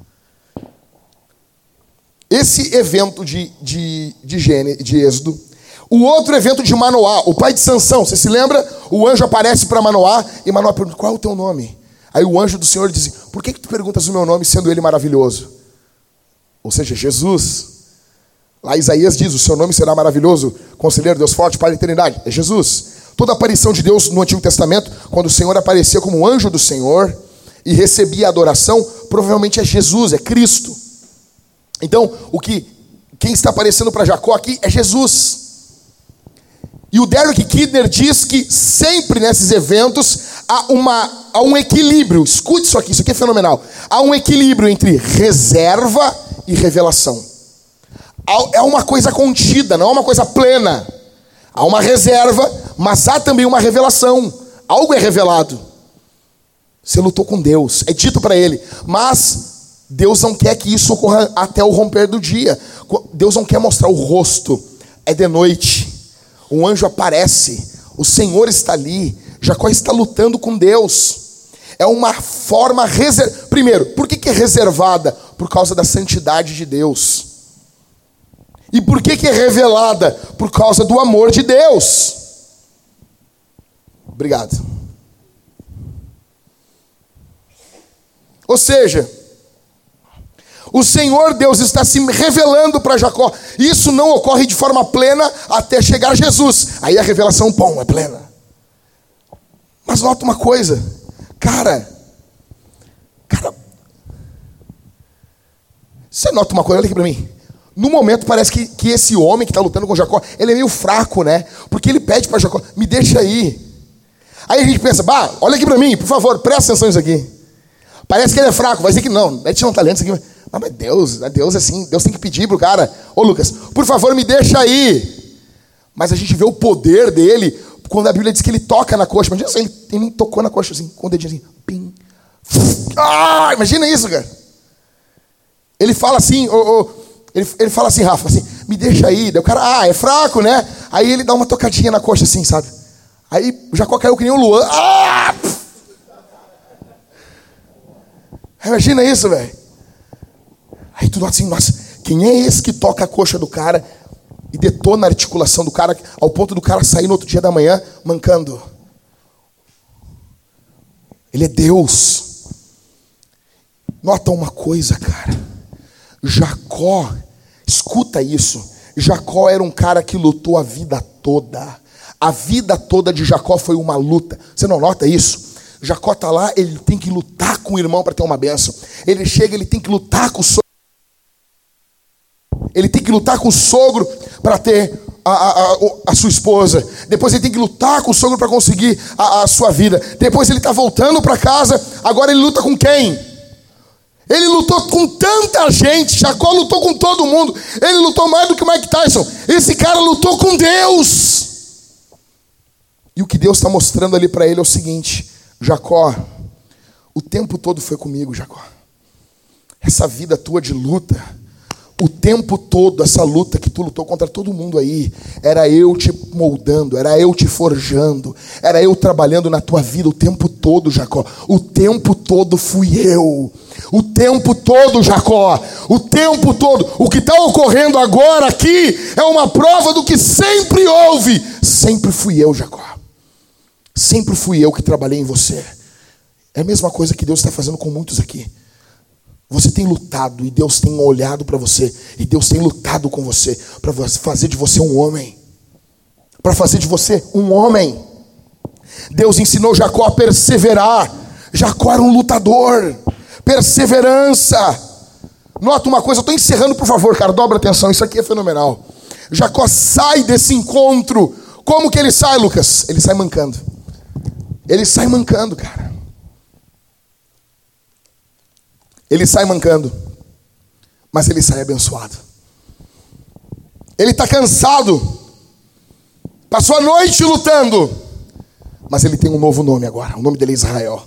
Esse evento de, de, de, Gênesis, de Êxodo. O outro evento de Manoá, o pai de Sansão, você se lembra? O anjo aparece para Manoá e Manoá pergunta: qual é o teu nome? Aí o anjo do Senhor diz: por que, que tu perguntas o meu nome, sendo ele maravilhoso? Ou seja, Jesus. Lá Isaías diz: o seu nome será maravilhoso, Conselheiro, Deus forte, Pai da eternidade. É Jesus. Toda a aparição de Deus no Antigo Testamento, quando o Senhor aparecia como anjo do Senhor e recebia a adoração, provavelmente é Jesus, é Cristo. Então, o que, quem está aparecendo para Jacó aqui é Jesus. E o Derek Kidner diz que sempre nesses eventos há, uma, há um equilíbrio. Escute isso aqui, isso aqui é fenomenal. Há um equilíbrio entre reserva e revelação. É uma coisa contida, não é uma coisa plena. Há uma reserva, mas há também uma revelação. Algo é revelado. Você lutou com Deus, é dito para ele, mas Deus não quer que isso ocorra até o romper do dia. Deus não quer mostrar o rosto. É de noite. Um anjo aparece. O Senhor está ali. Jacó está lutando com Deus. É uma forma reservada. Primeiro, por que que é reservada? Por causa da santidade de Deus. E por que que é revelada? Por causa do amor de Deus. Obrigado. Ou seja, o Senhor Deus está se revelando para Jacó. Isso não ocorre de forma plena até chegar Jesus. Aí a revelação, pão, é plena. Mas nota uma coisa. Cara, cara, você nota uma coisa, olha aqui para mim. No momento parece que, que esse homem que está lutando com Jacó, ele é meio fraco, né? Porque ele pede para Jacó, me deixa aí. Aí a gente pensa, bah, olha aqui para mim, por favor, presta atenção nisso aqui. Parece que ele é fraco, vai dizer que não, a gente não está lendo isso aqui. Ah, mas Deus, Deus é assim, Deus tem que pedir pro cara, ô Lucas, por favor, me deixa aí. Mas a gente vê o poder dele quando a Bíblia diz que ele toca na coxa. Imagina se ele, ele tocou na coxa assim, com o dedinho assim, pim. Ah, imagina isso, cara. Ele fala assim, oh, oh, ele, ele fala assim, Rafa, assim, me deixa aí. Daí o cara, ah, é fraco, né? Aí ele dá uma tocadinha na coxa assim, sabe? Aí o Jacó caiu que nem o Luan. Ah! Imagina isso, velho. Aí tu nota assim, nossa, quem é esse que toca a coxa do cara e detona a articulação do cara ao ponto do cara sair no outro dia da manhã mancando? Ele é Deus. Nota uma coisa, cara. Jacó, escuta isso. Jacó era um cara que lutou a vida toda. A vida toda de Jacó foi uma luta. Você não nota isso? Jacó está lá, ele tem que lutar com o irmão para ter uma bênção. Ele chega, ele tem que lutar com o sogro. Ele tem que lutar com o sogro para ter a, a, a, a sua esposa. Depois ele tem que lutar com o sogro para conseguir a, a sua vida. Depois ele está voltando para casa. Agora ele luta com quem? Ele lutou com tanta gente. Jacó lutou com todo mundo. Ele lutou mais do que o Mike Tyson. Esse cara lutou com Deus. E o que Deus está mostrando ali para ele é o seguinte: Jacó, o tempo todo foi comigo, Jacó. Essa vida tua de luta, o tempo todo, essa luta que tu lutou contra todo mundo aí, era eu te moldando, era eu te forjando, era eu trabalhando na tua vida o tempo todo, Jacó. O tempo todo fui eu. O tempo todo, Jacó. O tempo todo. O que está ocorrendo agora aqui é uma prova do que sempre houve. Sempre fui eu, Jacó. Sempre fui eu que trabalhei em você. É a mesma coisa que Deus está fazendo com muitos aqui. Você tem lutado e Deus tem olhado para você. E Deus tem lutado com você para fazer de você um homem. Para fazer de você um homem. Deus ensinou Jacó a perseverar. Jacó era um lutador. Perseverança. Nota uma coisa, eu estou encerrando, por favor, cara, dobra atenção, isso aqui é fenomenal. Jacó sai desse encontro. Como que ele sai, Lucas? Ele sai mancando. Ele sai mancando, cara. Ele sai mancando. Mas ele sai abençoado. Ele está cansado. Passou a noite lutando. Mas ele tem um novo nome agora. O nome dele é Israel.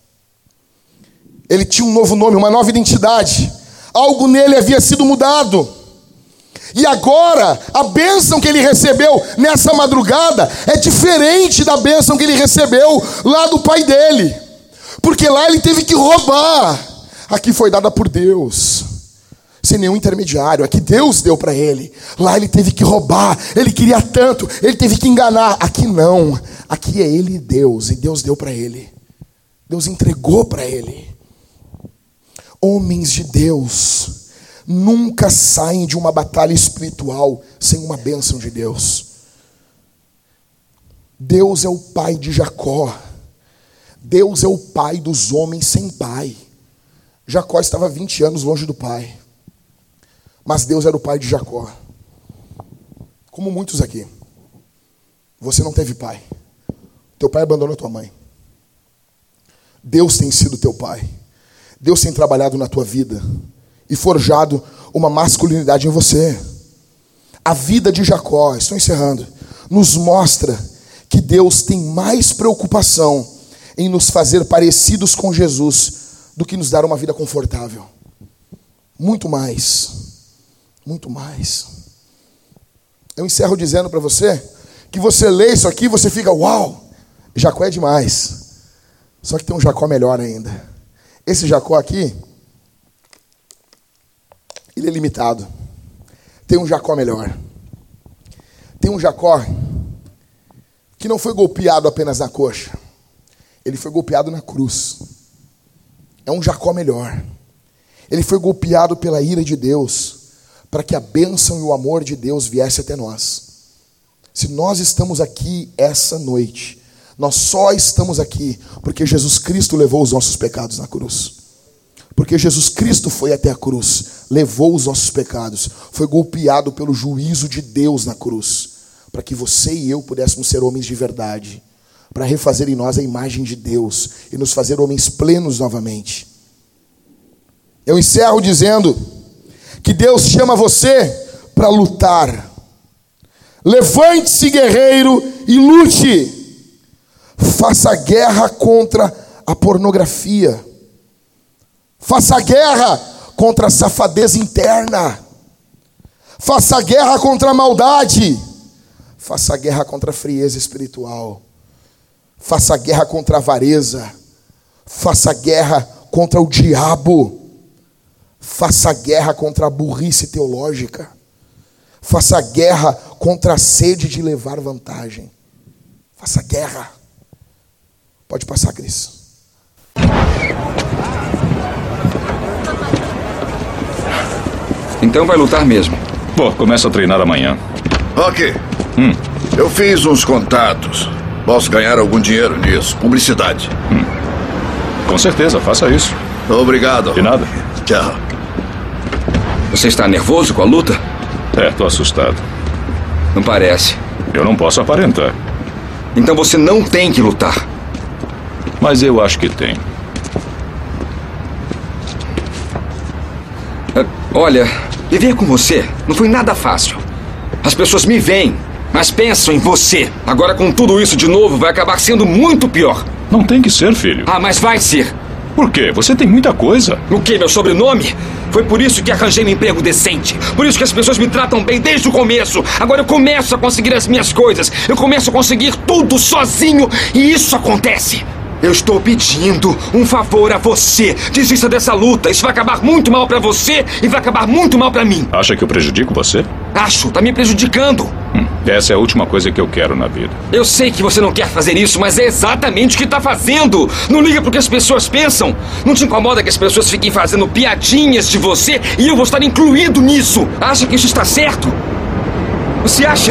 Ele tinha um novo nome, uma nova identidade. Algo nele havia sido mudado. E agora, a bênção que ele recebeu nessa madrugada é diferente da bênção que ele recebeu lá do pai dele. Porque lá ele teve que roubar. Aqui foi dada por Deus, sem nenhum intermediário. Aqui Deus deu para ele. Lá ele teve que roubar. Ele queria tanto, ele teve que enganar. Aqui não. Aqui é ele e Deus. E Deus deu para ele. Deus entregou para ele. Homens de Deus nunca saem de uma batalha espiritual sem uma bênção de Deus. Deus é o pai de Jacó. Deus é o pai dos homens sem pai. Jacó estava vinte anos longe do pai. Mas Deus era o pai de Jacó. Como muitos aqui. Você não teve pai. Teu pai abandonou tua mãe. Deus tem sido teu pai. Deus tem trabalhado na tua vida e forjado uma masculinidade em você. A vida de Jacó, estou encerrando, nos mostra que Deus tem mais preocupação em nos fazer parecidos com Jesus do que nos dar uma vida confortável. Muito mais. Muito mais. Eu encerro dizendo para você que você lê isso aqui e você fica, uau, Jacó é demais. Só que tem um Jacó melhor ainda. Esse Jacó aqui, ele é limitado. Tem um Jacó melhor. Tem um Jacó que não foi golpeado apenas na coxa. Ele foi golpeado na cruz. É um Jacó melhor. Ele foi golpeado pela ira de Deus, para que a bênção e o amor de Deus viesse até nós. Se nós estamos aqui essa noite, nós só estamos aqui porque Jesus Cristo levou os nossos pecados na cruz. Porque Jesus Cristo foi até a cruz, levou os nossos pecados, foi golpeado pelo juízo de Deus na cruz, para que você e eu pudéssemos ser homens de verdade, para refazer em nós a imagem de Deus e nos fazer homens plenos novamente. Eu encerro dizendo que Deus chama você para lutar. Levante-se, guerreiro, e lute. Faça guerra contra a pornografia. Faça guerra contra a safadeza interna. Faça guerra contra a maldade. Faça guerra contra a frieza espiritual. Faça guerra contra a avareza. Faça guerra contra o diabo. Faça guerra contra a burrice teológica. Faça guerra contra a sede de levar vantagem. Faça guerra. Pode passar, Cris. Então vai lutar mesmo. Pô, começa a treinar amanhã. Ok. Hum. Eu fiz uns contatos. Posso ganhar algum dinheiro nisso. Publicidade. Hum. Com certeza, faça isso. Obrigado. De nada. Tchau. Você está nervoso com a luta? É, tô assustado. Não parece. Eu não posso aparentar. Então você não tem que lutar. Mas eu acho que tem. Olha, viver com você não foi nada fácil. As pessoas me veem, mas pensam em você. Agora com tudo isso de novo vai acabar sendo muito pior. Não tem que ser, filho. Ah, mas vai ser. Por quê? Você tem muita coisa. O quê? Meu sobrenome? Foi por isso que arranjei um emprego decente. Por isso que as pessoas me tratam bem desde o começo. Agora eu começo a conseguir as minhas coisas. Eu começo a conseguir tudo sozinho. E isso acontece. Eu estou pedindo um favor a você. Desista dessa luta. Isso vai acabar muito mal pra você e vai acabar muito mal pra mim. Acha que eu prejudico você? Acho. Tá me prejudicando. Hum, essa é a última coisa que eu quero na vida. Eu sei que você não quer fazer isso, mas é exatamente o que tá fazendo. Não liga pro que as pessoas pensam. Não te incomoda que as pessoas fiquem fazendo piadinhas de você e eu vou estar incluído nisso. Acha que isso está certo? Você acha?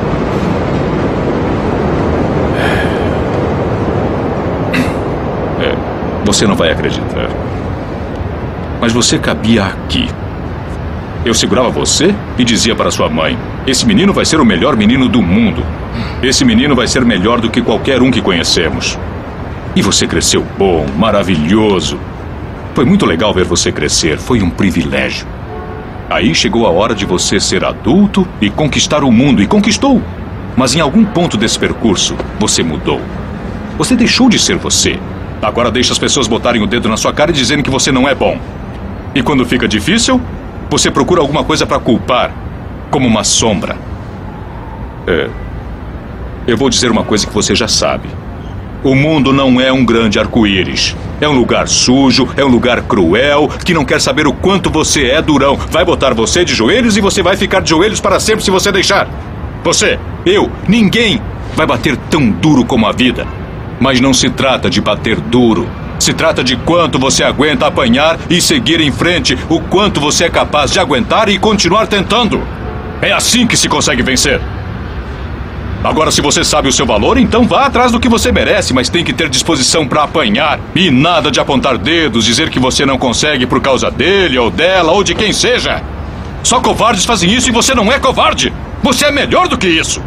Você não vai acreditar. Mas você cabia aqui. Eu segurava você e dizia para sua mãe: esse menino vai ser o melhor menino do mundo. Esse menino vai ser melhor do que qualquer um que conhecemos. E você cresceu bom, maravilhoso. Foi muito legal ver você crescer. Foi um privilégio. Aí chegou a hora de você ser adulto e conquistar o mundo. E conquistou. Mas em algum ponto desse percurso, você mudou. Você deixou de ser você. Agora deixa as pessoas botarem o dedo na sua cara e dizerem que você não é bom. E quando fica difícil, você procura alguma coisa para culpar, como uma sombra. É, eu vou dizer uma coisa que você já sabe. O mundo não é um grande arco-íris. É um lugar sujo, é um lugar cruel, que não quer saber o quanto você é durão. Vai botar você de joelhos e você vai ficar de joelhos para sempre se você deixar. Você, eu, ninguém vai bater tão duro como a vida. Mas não se trata de bater duro. Se trata de quanto você aguenta apanhar e seguir em frente. O quanto você é capaz de aguentar e continuar tentando. É assim que se consegue vencer. Agora, se você sabe o seu valor, então vá atrás do que você merece. Mas tem que ter disposição para apanhar. E nada de apontar dedos, dizer que você não consegue por causa dele ou dela ou de quem seja. Só covardes fazem isso e você não é covarde. Você é melhor do que isso.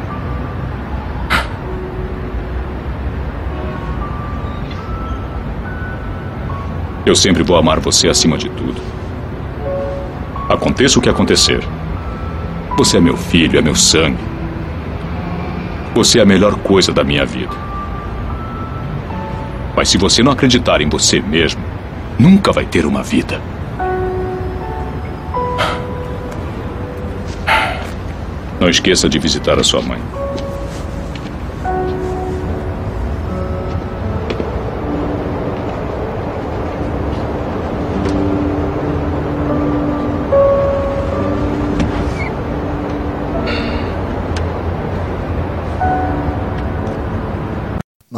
Eu sempre vou amar você acima de tudo. Aconteça o que acontecer. Você é meu filho, é meu sangue. Você é a melhor coisa da minha vida. Mas se você não acreditar em você mesmo, nunca vai ter uma vida. Não esqueça de visitar a sua mãe.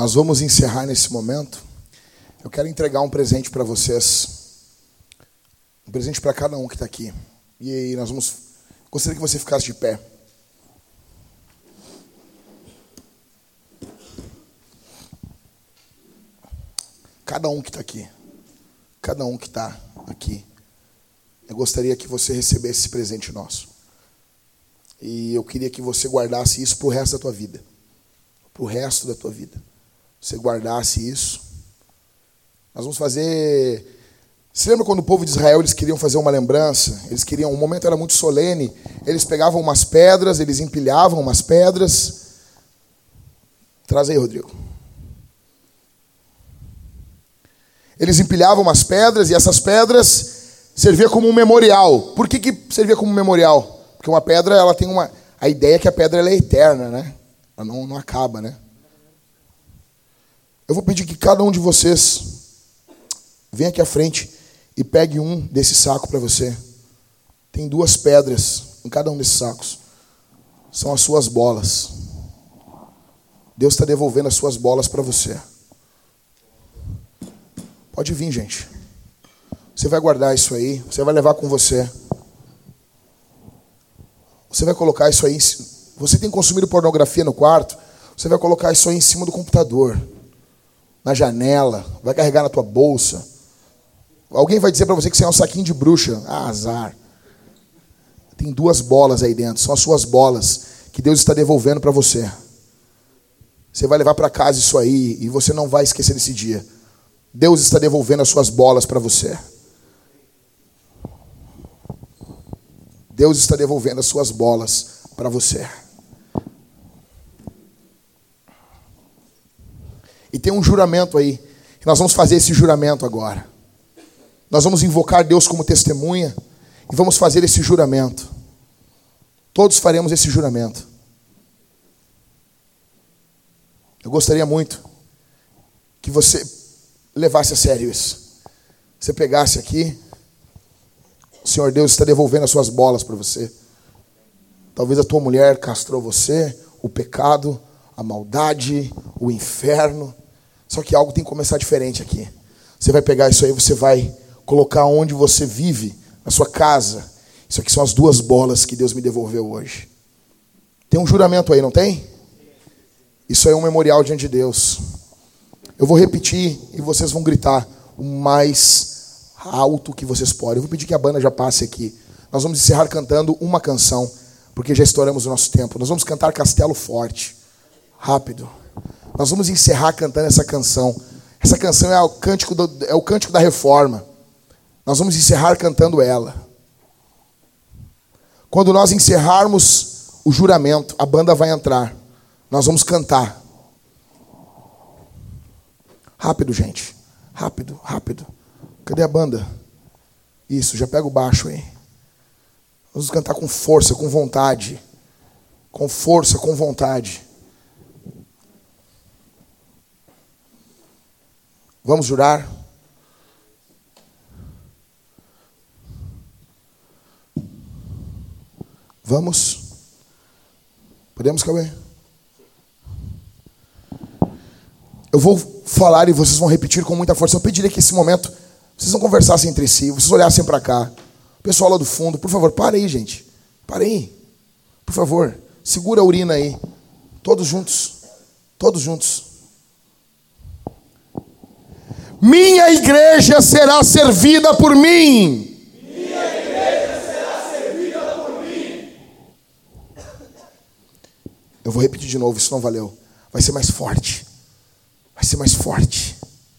Nós vamos encerrar nesse momento. Eu quero entregar um presente para vocês. Um presente para cada um que está aqui. E aí nós vamos... Gostaria que você ficasse de pé. Cada um que está aqui. Cada um que está aqui. Eu gostaria que você recebesse esse presente nosso. E eu queria que você guardasse isso para o resto da tua vida. Para o resto da tua vida. Você guardasse isso. Nós vamos fazer... Você lembra quando o povo de Israel, eles queriam fazer uma lembrança? Eles queriam... O momento era muito solene. Eles pegavam umas pedras, eles empilhavam umas pedras. Traz aí, Rodrigo. Eles empilhavam umas pedras e essas pedras serviam como um memorial. Por que que servia como um memorial? Porque uma pedra, ela tem uma... A ideia é que a pedra ela é eterna, né? Ela não, não acaba, né? Eu vou pedir que cada um de vocês venha aqui à frente e pegue um desse saco para você. Tem duas pedras em cada um desses sacos. São as suas bolas. Deus está devolvendo as suas bolas para você. Pode vir, gente. Você vai guardar isso aí. Você vai levar com você. Você vai colocar isso aí. Você tem consumido pornografia no quarto? Você vai colocar isso aí em cima do computador. Na janela. Vai carregar na tua bolsa. Alguém vai dizer para você que você é um saquinho de bruxa. Ah, azar. Tem duas bolas aí dentro. São as suas bolas que Deus está devolvendo para você. Você vai levar para casa isso aí e você não vai esquecer desse dia. Deus está devolvendo as suas bolas para você. Deus está devolvendo as suas bolas para você. E tem um juramento aí. E nós vamos fazer esse juramento agora. Nós vamos invocar Deus como testemunha e vamos fazer esse juramento. Todos faremos esse juramento. Eu gostaria muito que você levasse a sério isso. Você pegasse aqui, o Senhor Deus está devolvendo as suas bolas para você. Talvez a tua mulher castrou você, o pecado, a maldade, o inferno. Só que algo tem que começar diferente aqui. Você vai pegar isso aí, você vai colocar onde você vive, na sua casa. Isso aqui são as duas bolas que Deus me devolveu hoje. Tem um juramento aí, não tem? Isso aí é um memorial diante de Deus. Eu vou repetir e vocês vão gritar o mais alto que vocês podem. Eu vou pedir que a banda já passe aqui. Nós vamos encerrar cantando uma canção, porque já estouramos o nosso tempo. Nós vamos cantar Castelo Forte. Rápido. Nós vamos encerrar cantando essa canção. Essa canção é o cântico, do, é o cântico da reforma. Nós vamos encerrar cantando ela. Quando nós encerrarmos o juramento, a banda vai entrar. Nós vamos cantar. Rápido, gente. Rápido, rápido. Cadê a banda? Isso, já pega o baixo aí. Vamos cantar com força, com vontade. Com força, com vontade. Vamos jurar? Vamos? Podemos, Cauê? Eu vou falar e vocês vão repetir com muita força. Eu pediria que esse momento vocês não conversassem entre si, vocês olhassem para cá. O pessoal lá do fundo, por favor, para aí, gente. Para aí. Por favor, segura a urina aí. Todos juntos. Todos juntos. Minha igreja será servida por mim. Minha igreja será servida por mim. Eu vou repetir de novo, isso não valeu. Vai ser mais forte. Vai ser mais forte.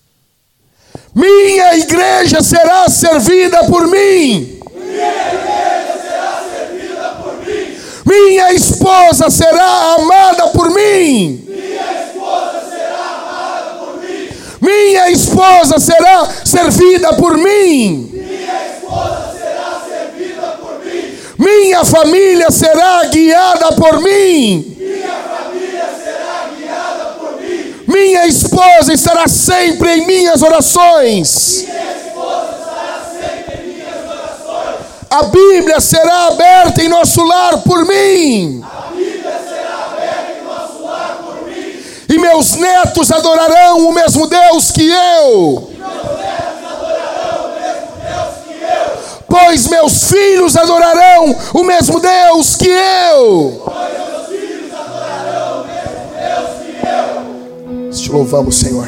Minha igreja será servida por mim. Minha igreja será servida por mim. Minha esposa será amada por mim. Minha esposa será amada por mim. Minha esposa será servida por mim. Minha esposa será servida por mim. Minha família será guiada por mim. Minha família será guiada por mim. Minha esposa estará sempre em minhas orações. Minha esposa estará sempre em minhas orações. A Bíblia será aberta em nosso lar por mim. A Bíblia será aberta em nosso lar por mim. E meus netos adorarão o mesmo Deus que eu. Pois meus filhos adorarão o mesmo Deus que eu. Te louvamos, Senhor.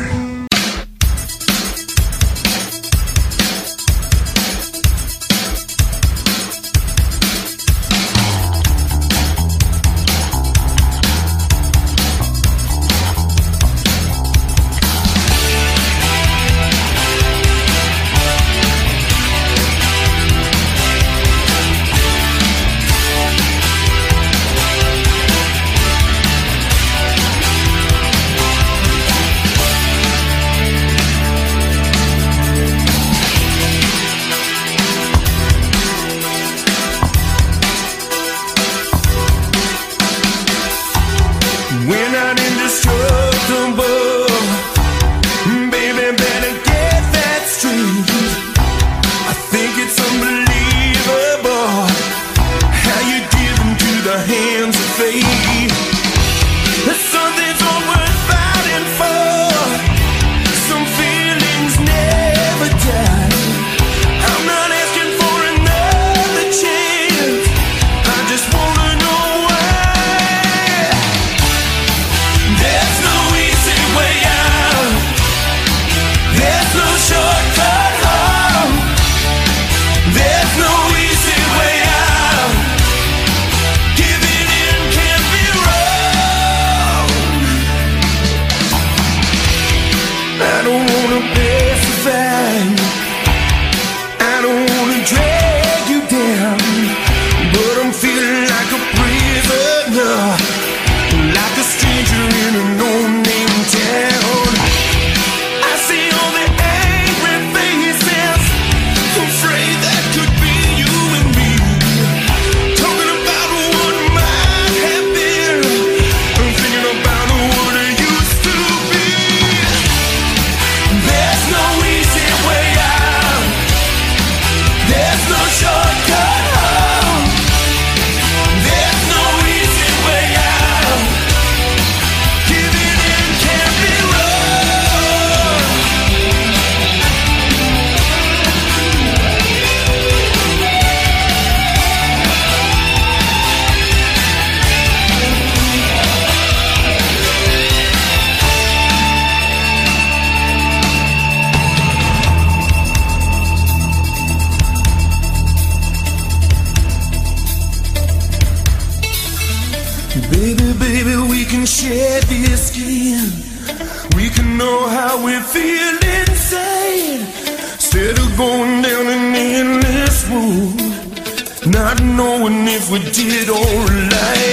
Baby, baby, we can share this skin. We can know how we feel inside. Instead of going down an endless road, not knowing if we did alright.